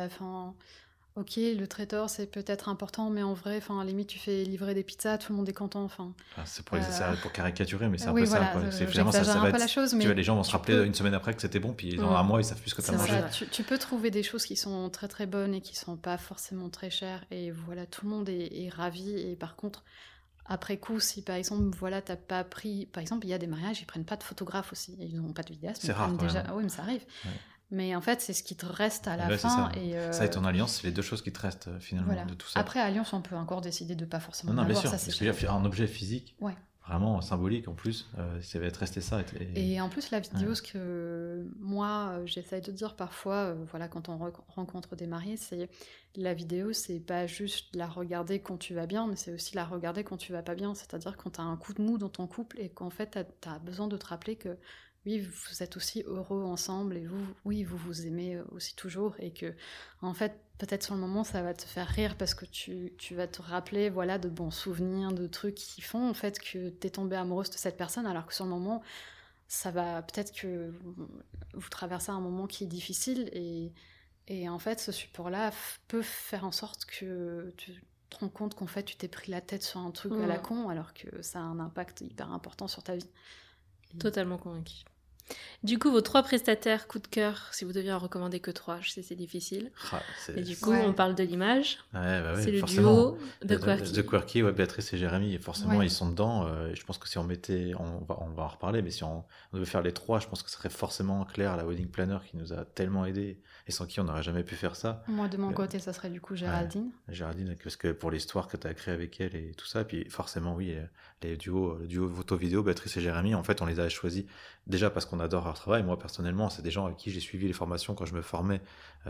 C: ok, le traiteur, c'est peut-être important, mais en vrai, à la limite, tu fais livrer des pizzas, tout le monde est content.
D: C'est pour caricaturer, mais c'est un
C: oui,
D: peu
C: voilà,
D: ça.
C: C'est
D: finalement, ça va être...
C: la chose, mais
D: tu vois, les gens vont se rappeler une semaine après que c'était bon, puis dans un mois, ils savent plus ce que tu as mangé.
C: Tu peux trouver des choses qui sont très très bonnes et qui sont pas forcément très chères, et voilà, tout le monde est ravi. Et par contre, après coup, si par exemple, t'as pas pris... Par exemple, il y a des mariages, ils prennent pas de photographe aussi, ils n'ont pas de vidéaste.
D: C'est rare,
C: déjà... Ah oui, mais ça arrive. Ouais. Mais en fait, c'est ce qui te reste à la fin.
D: Ça et ton alliance, c'est les deux choses qui te restent finalement de tout ça.
C: Après, alliance, on peut encore décider de ne pas forcément
D: l'avoir.
C: Non,
D: bien sûr, parce qu'il y a un objet physique, vraiment symbolique en plus, ça va être resté ça.
C: Et en plus, la vidéo, ce que moi, j'essaye de dire parfois, quand on rencontre des mariés, c'est la vidéo, c'est pas juste la regarder quand tu vas bien, mais c'est aussi la regarder quand tu vas pas bien. C'est-à-dire quand tu as un coup de mou dans ton couple et qu'en fait, tu as besoin de te rappeler que oui, vous êtes aussi heureux ensemble et vous vous aimez aussi toujours et que, en fait, peut-être sur le moment, ça va te faire rire parce que tu vas te rappeler, de bons souvenirs, de trucs qui font, en fait, que t'es tombée amoureuse de cette personne, alors que sur le moment, ça va peut-être que vous traversez un moment qui est difficile et en fait, ce support-là peut faire en sorte que tu te rends compte qu'en fait, tu t'es pris la tête sur un truc à la con, alors que ça a un impact hyper important sur ta vie.
B: Totalement convaincue. Du coup, vos 3 prestataires coup de cœur, si vous deviez en recommander que 3, je sais c'est difficile. Et du coup, on parle de l'image. C'est le duo de Quirky.
D: De Quirky, Béatrice et Jérémy. Et forcément, ils sont dedans. Je pense que si on mettait, on va en reparler, mais si on devait faire les 3, je pense que ce serait forcément Claire, la wedding planner, qui nous a tellement aidés et sans qui on n'aurait jamais pu faire ça.
C: Moi, de mon côté, ça serait du coup Géraldine.
D: Géraldine, parce que pour l'histoire que tu as créée avec elle et tout ça, puis forcément, le duo photo-vidéo, Béatrice et Jérémy, en fait, on les a choisis déjà parce qu'on adore leur travail. Moi, personnellement, c'est des gens avec qui j'ai suivi les formations quand je me formais.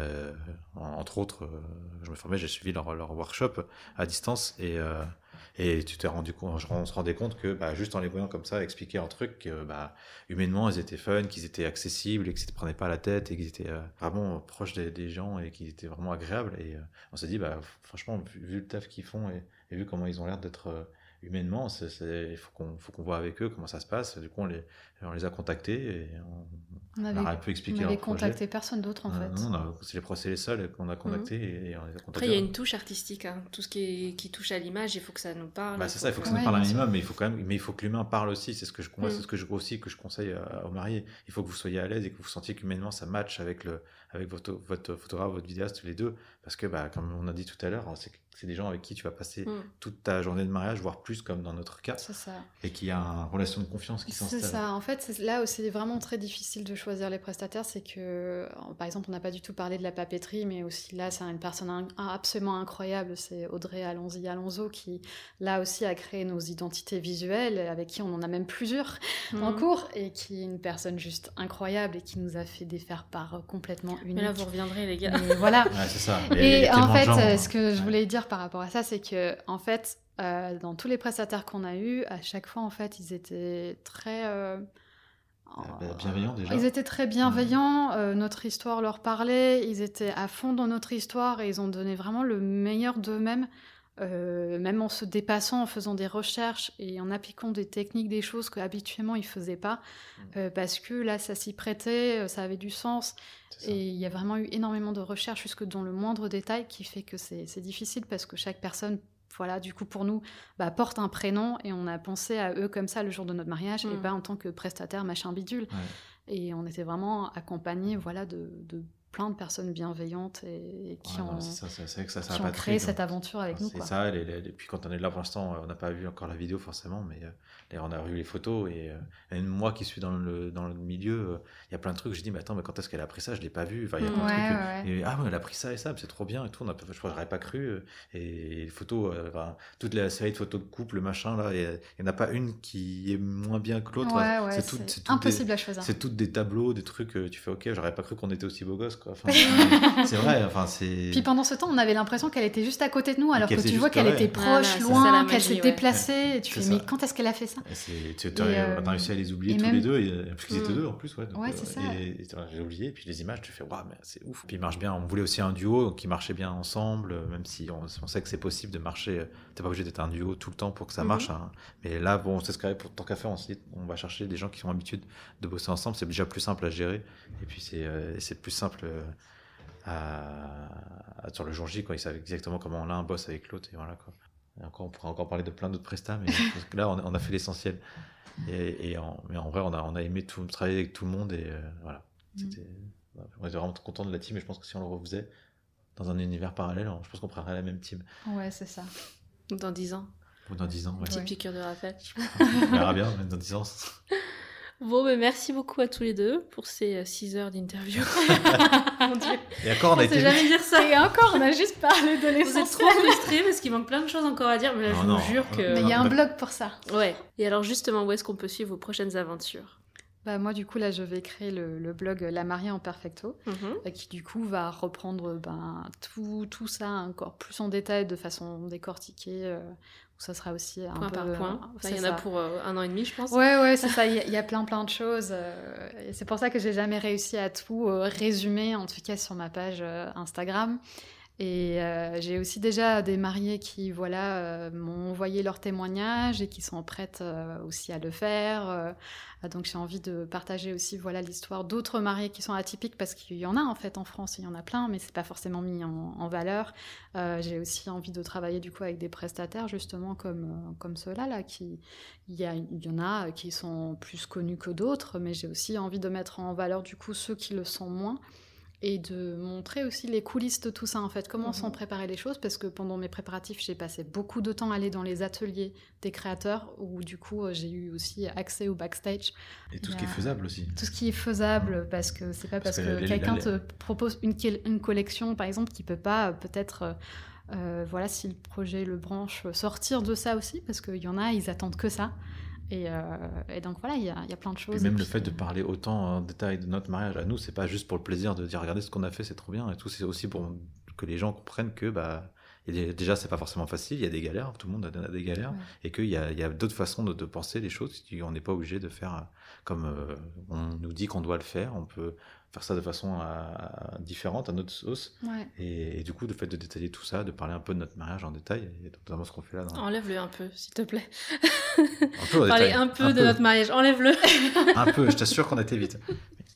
D: Entre autres, j'ai suivi leur workshop à distance et tu t'es rendu compte, on se rendait compte que juste en les voyant comme ça expliquer un truc, que humainement ils étaient fun, qu'ils étaient accessibles et qu'ils ne se prenaient pas la tête et qu'ils étaient vraiment proches des gens et qu'ils étaient vraiment agréables. Et on s'est dit, franchement, vu le taf qu'ils font et vu comment ils ont l'air d'être humainement, il faut qu'on voit avec eux comment ça se passe. Du coup, on les a contactés et on leur a un peu expliqué leur projet.
C: On n'avait contacté personne d'autre en fait.
D: Non, c'est les seuls qu'on a contactés et on les a contactés.
B: Après, il y a une touche artistique, tout ce qui touche à l'image, il faut que ça nous parle.
D: C'est ça, il faut que ça nous parle un minimum, mais il faut que l'humain parle aussi. C'est ce que je conseille aux mariés. Il faut que vous soyez à l'aise et que vous sentiez qu'humainement ça matche avec votre photographe, votre vidéaste, les deux, parce que comme on a dit tout à l'heure, c'est des gens avec qui tu vas passer toute ta journée de mariage, voire plus comme dans notre cas.
C: C'est ça.
D: Et qu'il y a une relation de confiance qui s'installe.
C: C'est ça. En fait, c'est là où c'est vraiment très difficile de choisir les prestataires, c'est que, par exemple, on n'a pas du tout parlé de la papeterie, mais aussi là, c'est une personne absolument incroyable, c'est Audrey Alonso qui, là aussi, a créé nos identités visuelles, avec qui on en a même plusieurs en cours, et qui est une personne juste incroyable et qui nous a fait des faire-part complètement uniques.
B: Mais là, vous reviendrez, les gars.
C: Et voilà.
D: C'est ça.
C: Et en fait, ce que je voulais dire par rapport à ça, c'est que, en fait, dans tous les prestataires qu'on a eus, à chaque fois, en fait, ils étaient très...
D: bienveillants déjà.
C: Ils étaient très bienveillants, notre histoire leur parlait, ils étaient à fond dans notre histoire et ils ont donné vraiment le meilleur d'eux-mêmes, même en se dépassant, en faisant des recherches et en appliquant des techniques, des choses qu'habituellement ils ne faisaient pas, parce que là, ça s'y prêtait, ça avait du sens. Et il y a vraiment eu énormément de recherches jusque dans le moindre détail qui fait que c'est difficile parce que chaque personne, du coup pour nous, porte un prénom et on a pensé à eux comme ça le jour de notre mariage et pas en tant que prestataire machin bidule. Et on était vraiment accompagnés de plein de personnes bienveillantes et qui ont créé
D: pris,
C: cette aventure avec nous.
D: C'est ça, puis quand on est là pour l'instant, on n'a pas vu encore la vidéo forcément, mais on a vu les photos et même moi qui suis dans le milieu, il y a plein de trucs, je dis mais attends, mais quand est-ce qu'elle a pris ça, je ne l'ai pas vu, enfin, il y a plein de trucs, et, elle a pris ça et ça, c'est trop bien et tout, je crois que j'aurais pas cru, et les photos, toute la série de photos de couple, machin, là, il n'y en a pas une qui est moins bien que l'autre,
C: c'est impossible à choisir.
D: C'est toutes des tableaux, des trucs, tu fais ok, j'aurais pas cru qu'on était aussi beaux gosses, quoi. Enfin, c'est vrai, enfin c'est...
C: Puis pendant ce temps, on avait l'impression qu'elle était juste à côté de nous, alors que tu vois qu'elle était proche, loin, qu'elle s'était placée, et tu fais mais quand est-ce qu'elle a fait ça?
D: On a réussi à les oublier tous les deux, parce qu'ils étaient deux en plus,
C: c'est ça.
D: Et j'ai oublié, et puis les images, tu fais waouh, mais c'est ouf. Puis il marche bien, on voulait aussi un duo qui marchait bien ensemble, même si on sait que c'est possible de marcher, t'es pas obligé d'être un duo tout le temps pour que ça marche, hein. Mais là, bon, c'est ce qu'il y a pour tant qu'à faire, on se dit, on va chercher des gens qui ont l'habitude de bosser ensemble, c'est déjà plus simple à gérer, et puis c'est plus simple sur le jour J, quoi. Ils savent exactement comment l'un bosse avec l'autre, et voilà, quoi. Et on pourra encore parler de plein d'autres prestats, mais là on a fait l'essentiel, mais en vrai on a aimé travailler avec tout le monde, et voilà, on était vraiment content de la team, et je pense que si on le refaisait dans un univers parallèle, je pense qu'on prendrait la même team.
C: Ouais, c'est ça.
B: Dans 10 ans.
D: Ou dans 10 ans, ouais.
B: Petite piqûre de rappel.
D: On verra bien, même dans 10 ans.
B: Bon, merci beaucoup à tous les deux pour ces 6 heures d'interview. Mon Dieu.
D: Et encore, on a été...
B: jamais dire ça.
C: Et encore, on a juste parlé de l'essentiel.
B: Vous êtes trop frustrés parce qu'il manque plein de choses encore à dire, mais là, je vous jure que...
C: Mais il y a un blog pour ça.
B: Ouais. Et alors, justement, où est-ce qu'on peut suivre vos prochaines aventures ?
C: Moi, du coup, là, je vais créer le blog La Mariée en Perfecto, qui, du coup, va reprendre tout ça encore plus en détail, de façon décortiquée, où ça sera aussi un
B: point
C: peu...
B: par point. Il y en a pour 1 an et demi, je pense.
C: Ouais, c'est ça. Il y a plein de choses. Et c'est pour ça que j'ai jamais réussi à tout résumer, en tout cas sur ma page Instagram. Et j'ai aussi déjà des mariées qui m'ont envoyé leurs témoignages et qui sont prêtes aussi à le faire. Donc j'ai envie de partager aussi l'histoire d'autres mariées qui sont atypiques, parce qu'il y en a en fait en France, il y en a plein, mais c'est pas forcément mis en valeur. J'ai aussi envie de travailler du coup avec des prestataires justement comme ceux-là là, il y en a qui sont plus connus que d'autres, mais j'ai aussi envie de mettre en valeur du coup ceux qui le sont moins. Et de montrer aussi les coulisses de tout ça, en fait, comment sont préparées les choses, parce que pendant mes préparatifs, j'ai passé beaucoup de temps à aller dans les ateliers des créateurs, où du coup, j'ai eu aussi accès au backstage.
D: Et tout ce qui est faisable aussi.
C: Tout ce qui est faisable, parce que c'est pas parce que quelqu'un te propose une collection, par exemple, qui peut pas peut-être... si le projet le branche, sortir de ça aussi, parce qu'il y en a, ils attendent que ça. Et donc voilà, il y a plein de choses.
D: Et même le fait de parler autant en détail de notre mariage à nous, c'est pas juste pour le plaisir de dire regardez ce qu'on a fait, c'est trop bien et tout, c'est aussi pour que les gens comprennent que déjà c'est pas forcément facile, il y a des galères, tout le monde a des galères, et qu'il y a d'autres façons de penser les choses, on n'est pas obligé de faire comme on nous dit qu'on doit le faire, on peut faire ça de façon différente, à notre sauce, et du coup le fait de détailler tout ça, de parler un peu de notre mariage en détail, et notamment ce qu'on fait là.
B: Enlève-le un peu, s'il te plaît.
D: Parler
B: un peu de notre mariage, enlève-le.
D: Un peu, je t'assure qu'on a été vite.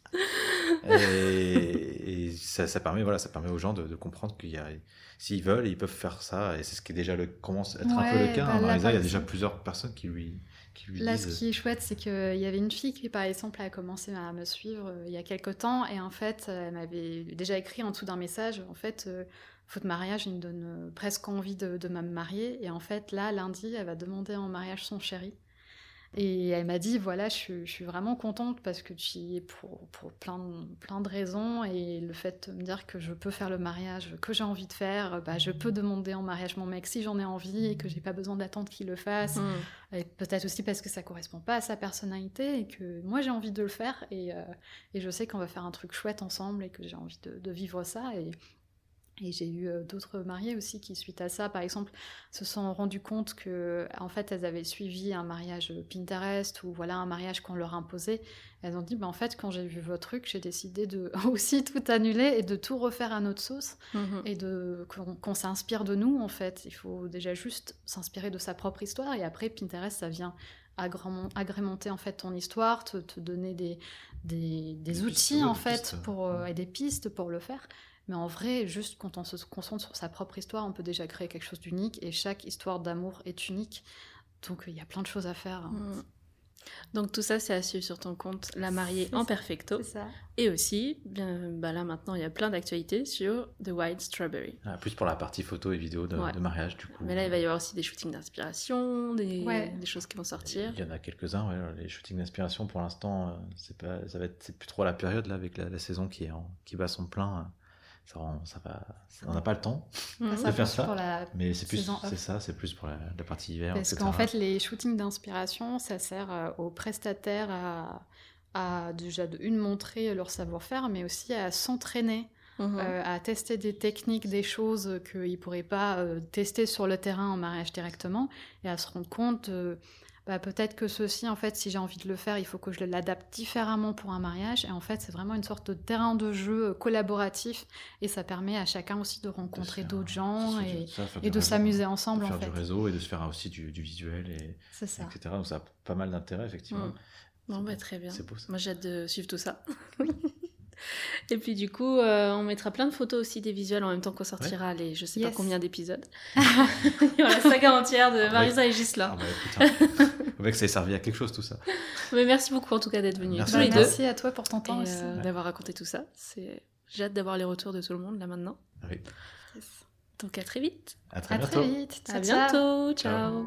D: Et ça permet aux gens de comprendre s'ils veulent, ils peuvent faire ça, et c'est ce qui est déjà commence à être un peu le cas. Marisa, il y a déjà plusieurs personnes qui lui
C: là,
D: disent...
C: ce qui est chouette, c'est qu'il y avait une fille qui, par exemple, a commencé à me suivre il y a quelques temps, et en fait, elle m'avait déjà écrit en dessous d'un message, en fait, faute mariage, il me donne presque envie de me marier, et en fait, là, lundi, elle va demander en mariage son chéri. Et elle m'a dit, je suis vraiment contente parce que tu y es pour plein de raisons, et le fait de me dire que je peux faire le mariage que j'ai envie de faire, je peux demander en mariage mon mec si j'en ai envie, et que j'ai pas besoin d'attendre qu'il le fasse, et peut-être aussi parce que ça correspond pas à sa personnalité, et que moi j'ai envie de le faire, et je sais qu'on va faire un truc chouette ensemble, et que j'ai envie de vivre ça, et j'ai eu d'autres mariées aussi qui, suite à ça, par exemple, se sont rendues compte que, en fait, elles avaient suivi un mariage Pinterest, ou un mariage qu'on leur imposait. Elles ont dit, en fait, quand j'ai vu votre truc, j'ai décidé de aussi tout annuler et de tout refaire à notre sauce, et qu'on s'inspire de nous, en fait. Il faut déjà juste s'inspirer de sa propre histoire, et après, Pinterest, ça vient agrémenter en fait ton histoire, te donner des outils, en fait, et des pistes pour le faire. Mais en vrai, juste quand on se concentre sur sa propre histoire, on peut déjà créer quelque chose d'unique, et chaque histoire d'amour est unique. Donc il y a plein de choses à faire.
B: Donc tout ça, c'est à suivre sur ton compte La Mariée en Perfecto.
C: C'est ça.
B: Et aussi, là maintenant, il y a plein d'actualités sur The Wild Strawberry.
D: Plus pour la partie photo et vidéo de mariage, du coup.
B: Mais là, il va y avoir aussi des shootings d'inspiration, des choses qui vont sortir.
D: Il y en a quelques-uns, les shootings d'inspiration, pour l'instant, c'est plus trop la période, là, avec la saison qui bat son plein. On n'a pas le temps de faire ça, mais c'est plus pour la partie hiver.
C: Parce qu'en fait, les shootings d'inspiration, ça sert aux prestataires à déjà montrer leur savoir-faire, mais aussi à s'entraîner, à tester des techniques, des choses qu'ils ne pourraient pas tester sur le terrain en mariage directement, et à se rendre compte... peut-être que ceci, en fait, si j'ai envie de le faire, il faut que je l'adapte différemment pour un mariage. Et en fait, c'est vraiment une sorte de terrain de jeu collaboratif. Et ça permet à chacun aussi de rencontrer d'autres gens et de s'amuser ensemble,
D: faire du réseau et de se faire aussi du visuel, etc. Donc ça a pas mal d'intérêt, effectivement.
B: Bon, très bien.
D: C'est beau, ça.
B: Moi, j'ai hâte de suivre tout ça. Et puis du coup, on mettra plein de photos aussi des visuels en même temps qu'on sortira les je sais pas combien d'épisodes. Il y aura la saga entière de Marisa et Ghislain.
D: Faut bien que ça ait servi à quelque chose tout ça.
B: Mais merci beaucoup en tout cas d'être venus tous les deux.
C: Merci à toi pour ton temps aussi.
B: D'avoir raconté tout ça. J'ai hâte d'avoir les retours de tout le monde là maintenant.
D: Oui.
B: Donc à très vite.
D: À très bientôt.
C: À
B: bientôt. Ciao.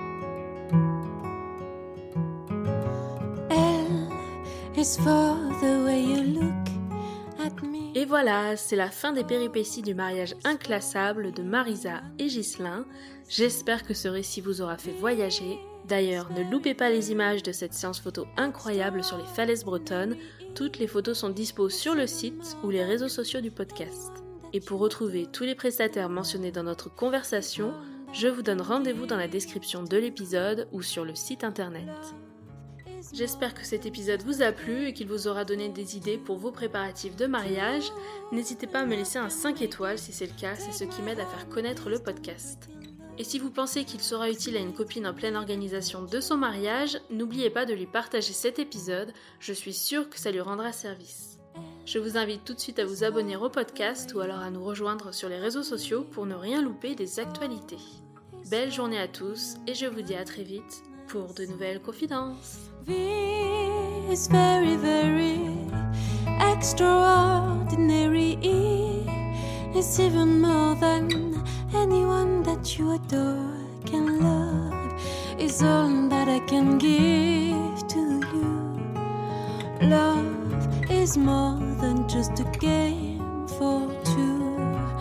A: L is for the way you look.
B: Et voilà, c'est la fin des péripéties du mariage inclassable de Marisa et Ghislain. J'espère que ce récit vous aura fait voyager. D'ailleurs, ne loupez pas les images de cette séance photo incroyable sur les falaises bretonnes. Toutes les photos sont dispo sur le site ou les réseaux sociaux du podcast. Et pour retrouver tous les prestataires mentionnés dans notre conversation, je vous donne rendez-vous dans la description de l'épisode ou sur le site internet. J'espère que cet épisode vous a plu et qu'il vous aura donné des idées pour vos préparatifs de mariage. N'hésitez pas à me laisser un 5 étoiles si c'est le cas, c'est ce qui m'aide à faire connaître le podcast. Et si vous pensez qu'il sera utile à une copine en pleine organisation de son mariage, n'oubliez pas de lui partager cet épisode, je suis sûre que ça lui rendra service. Je vous invite tout de suite à vous abonner au podcast ou alors à nous rejoindre sur les réseaux sociaux pour ne rien louper des actualités. Belle journée à tous et je vous dis à très vite pour de nouvelles confidences.
A: V is very, very extraordinary. E is even more than anyone that you adore can love. Is all that I can give to you. Love is more than just a game for two.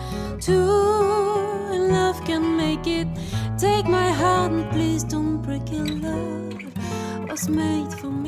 A: And love can make it. Take my heart and please don't break it. Love was made for me.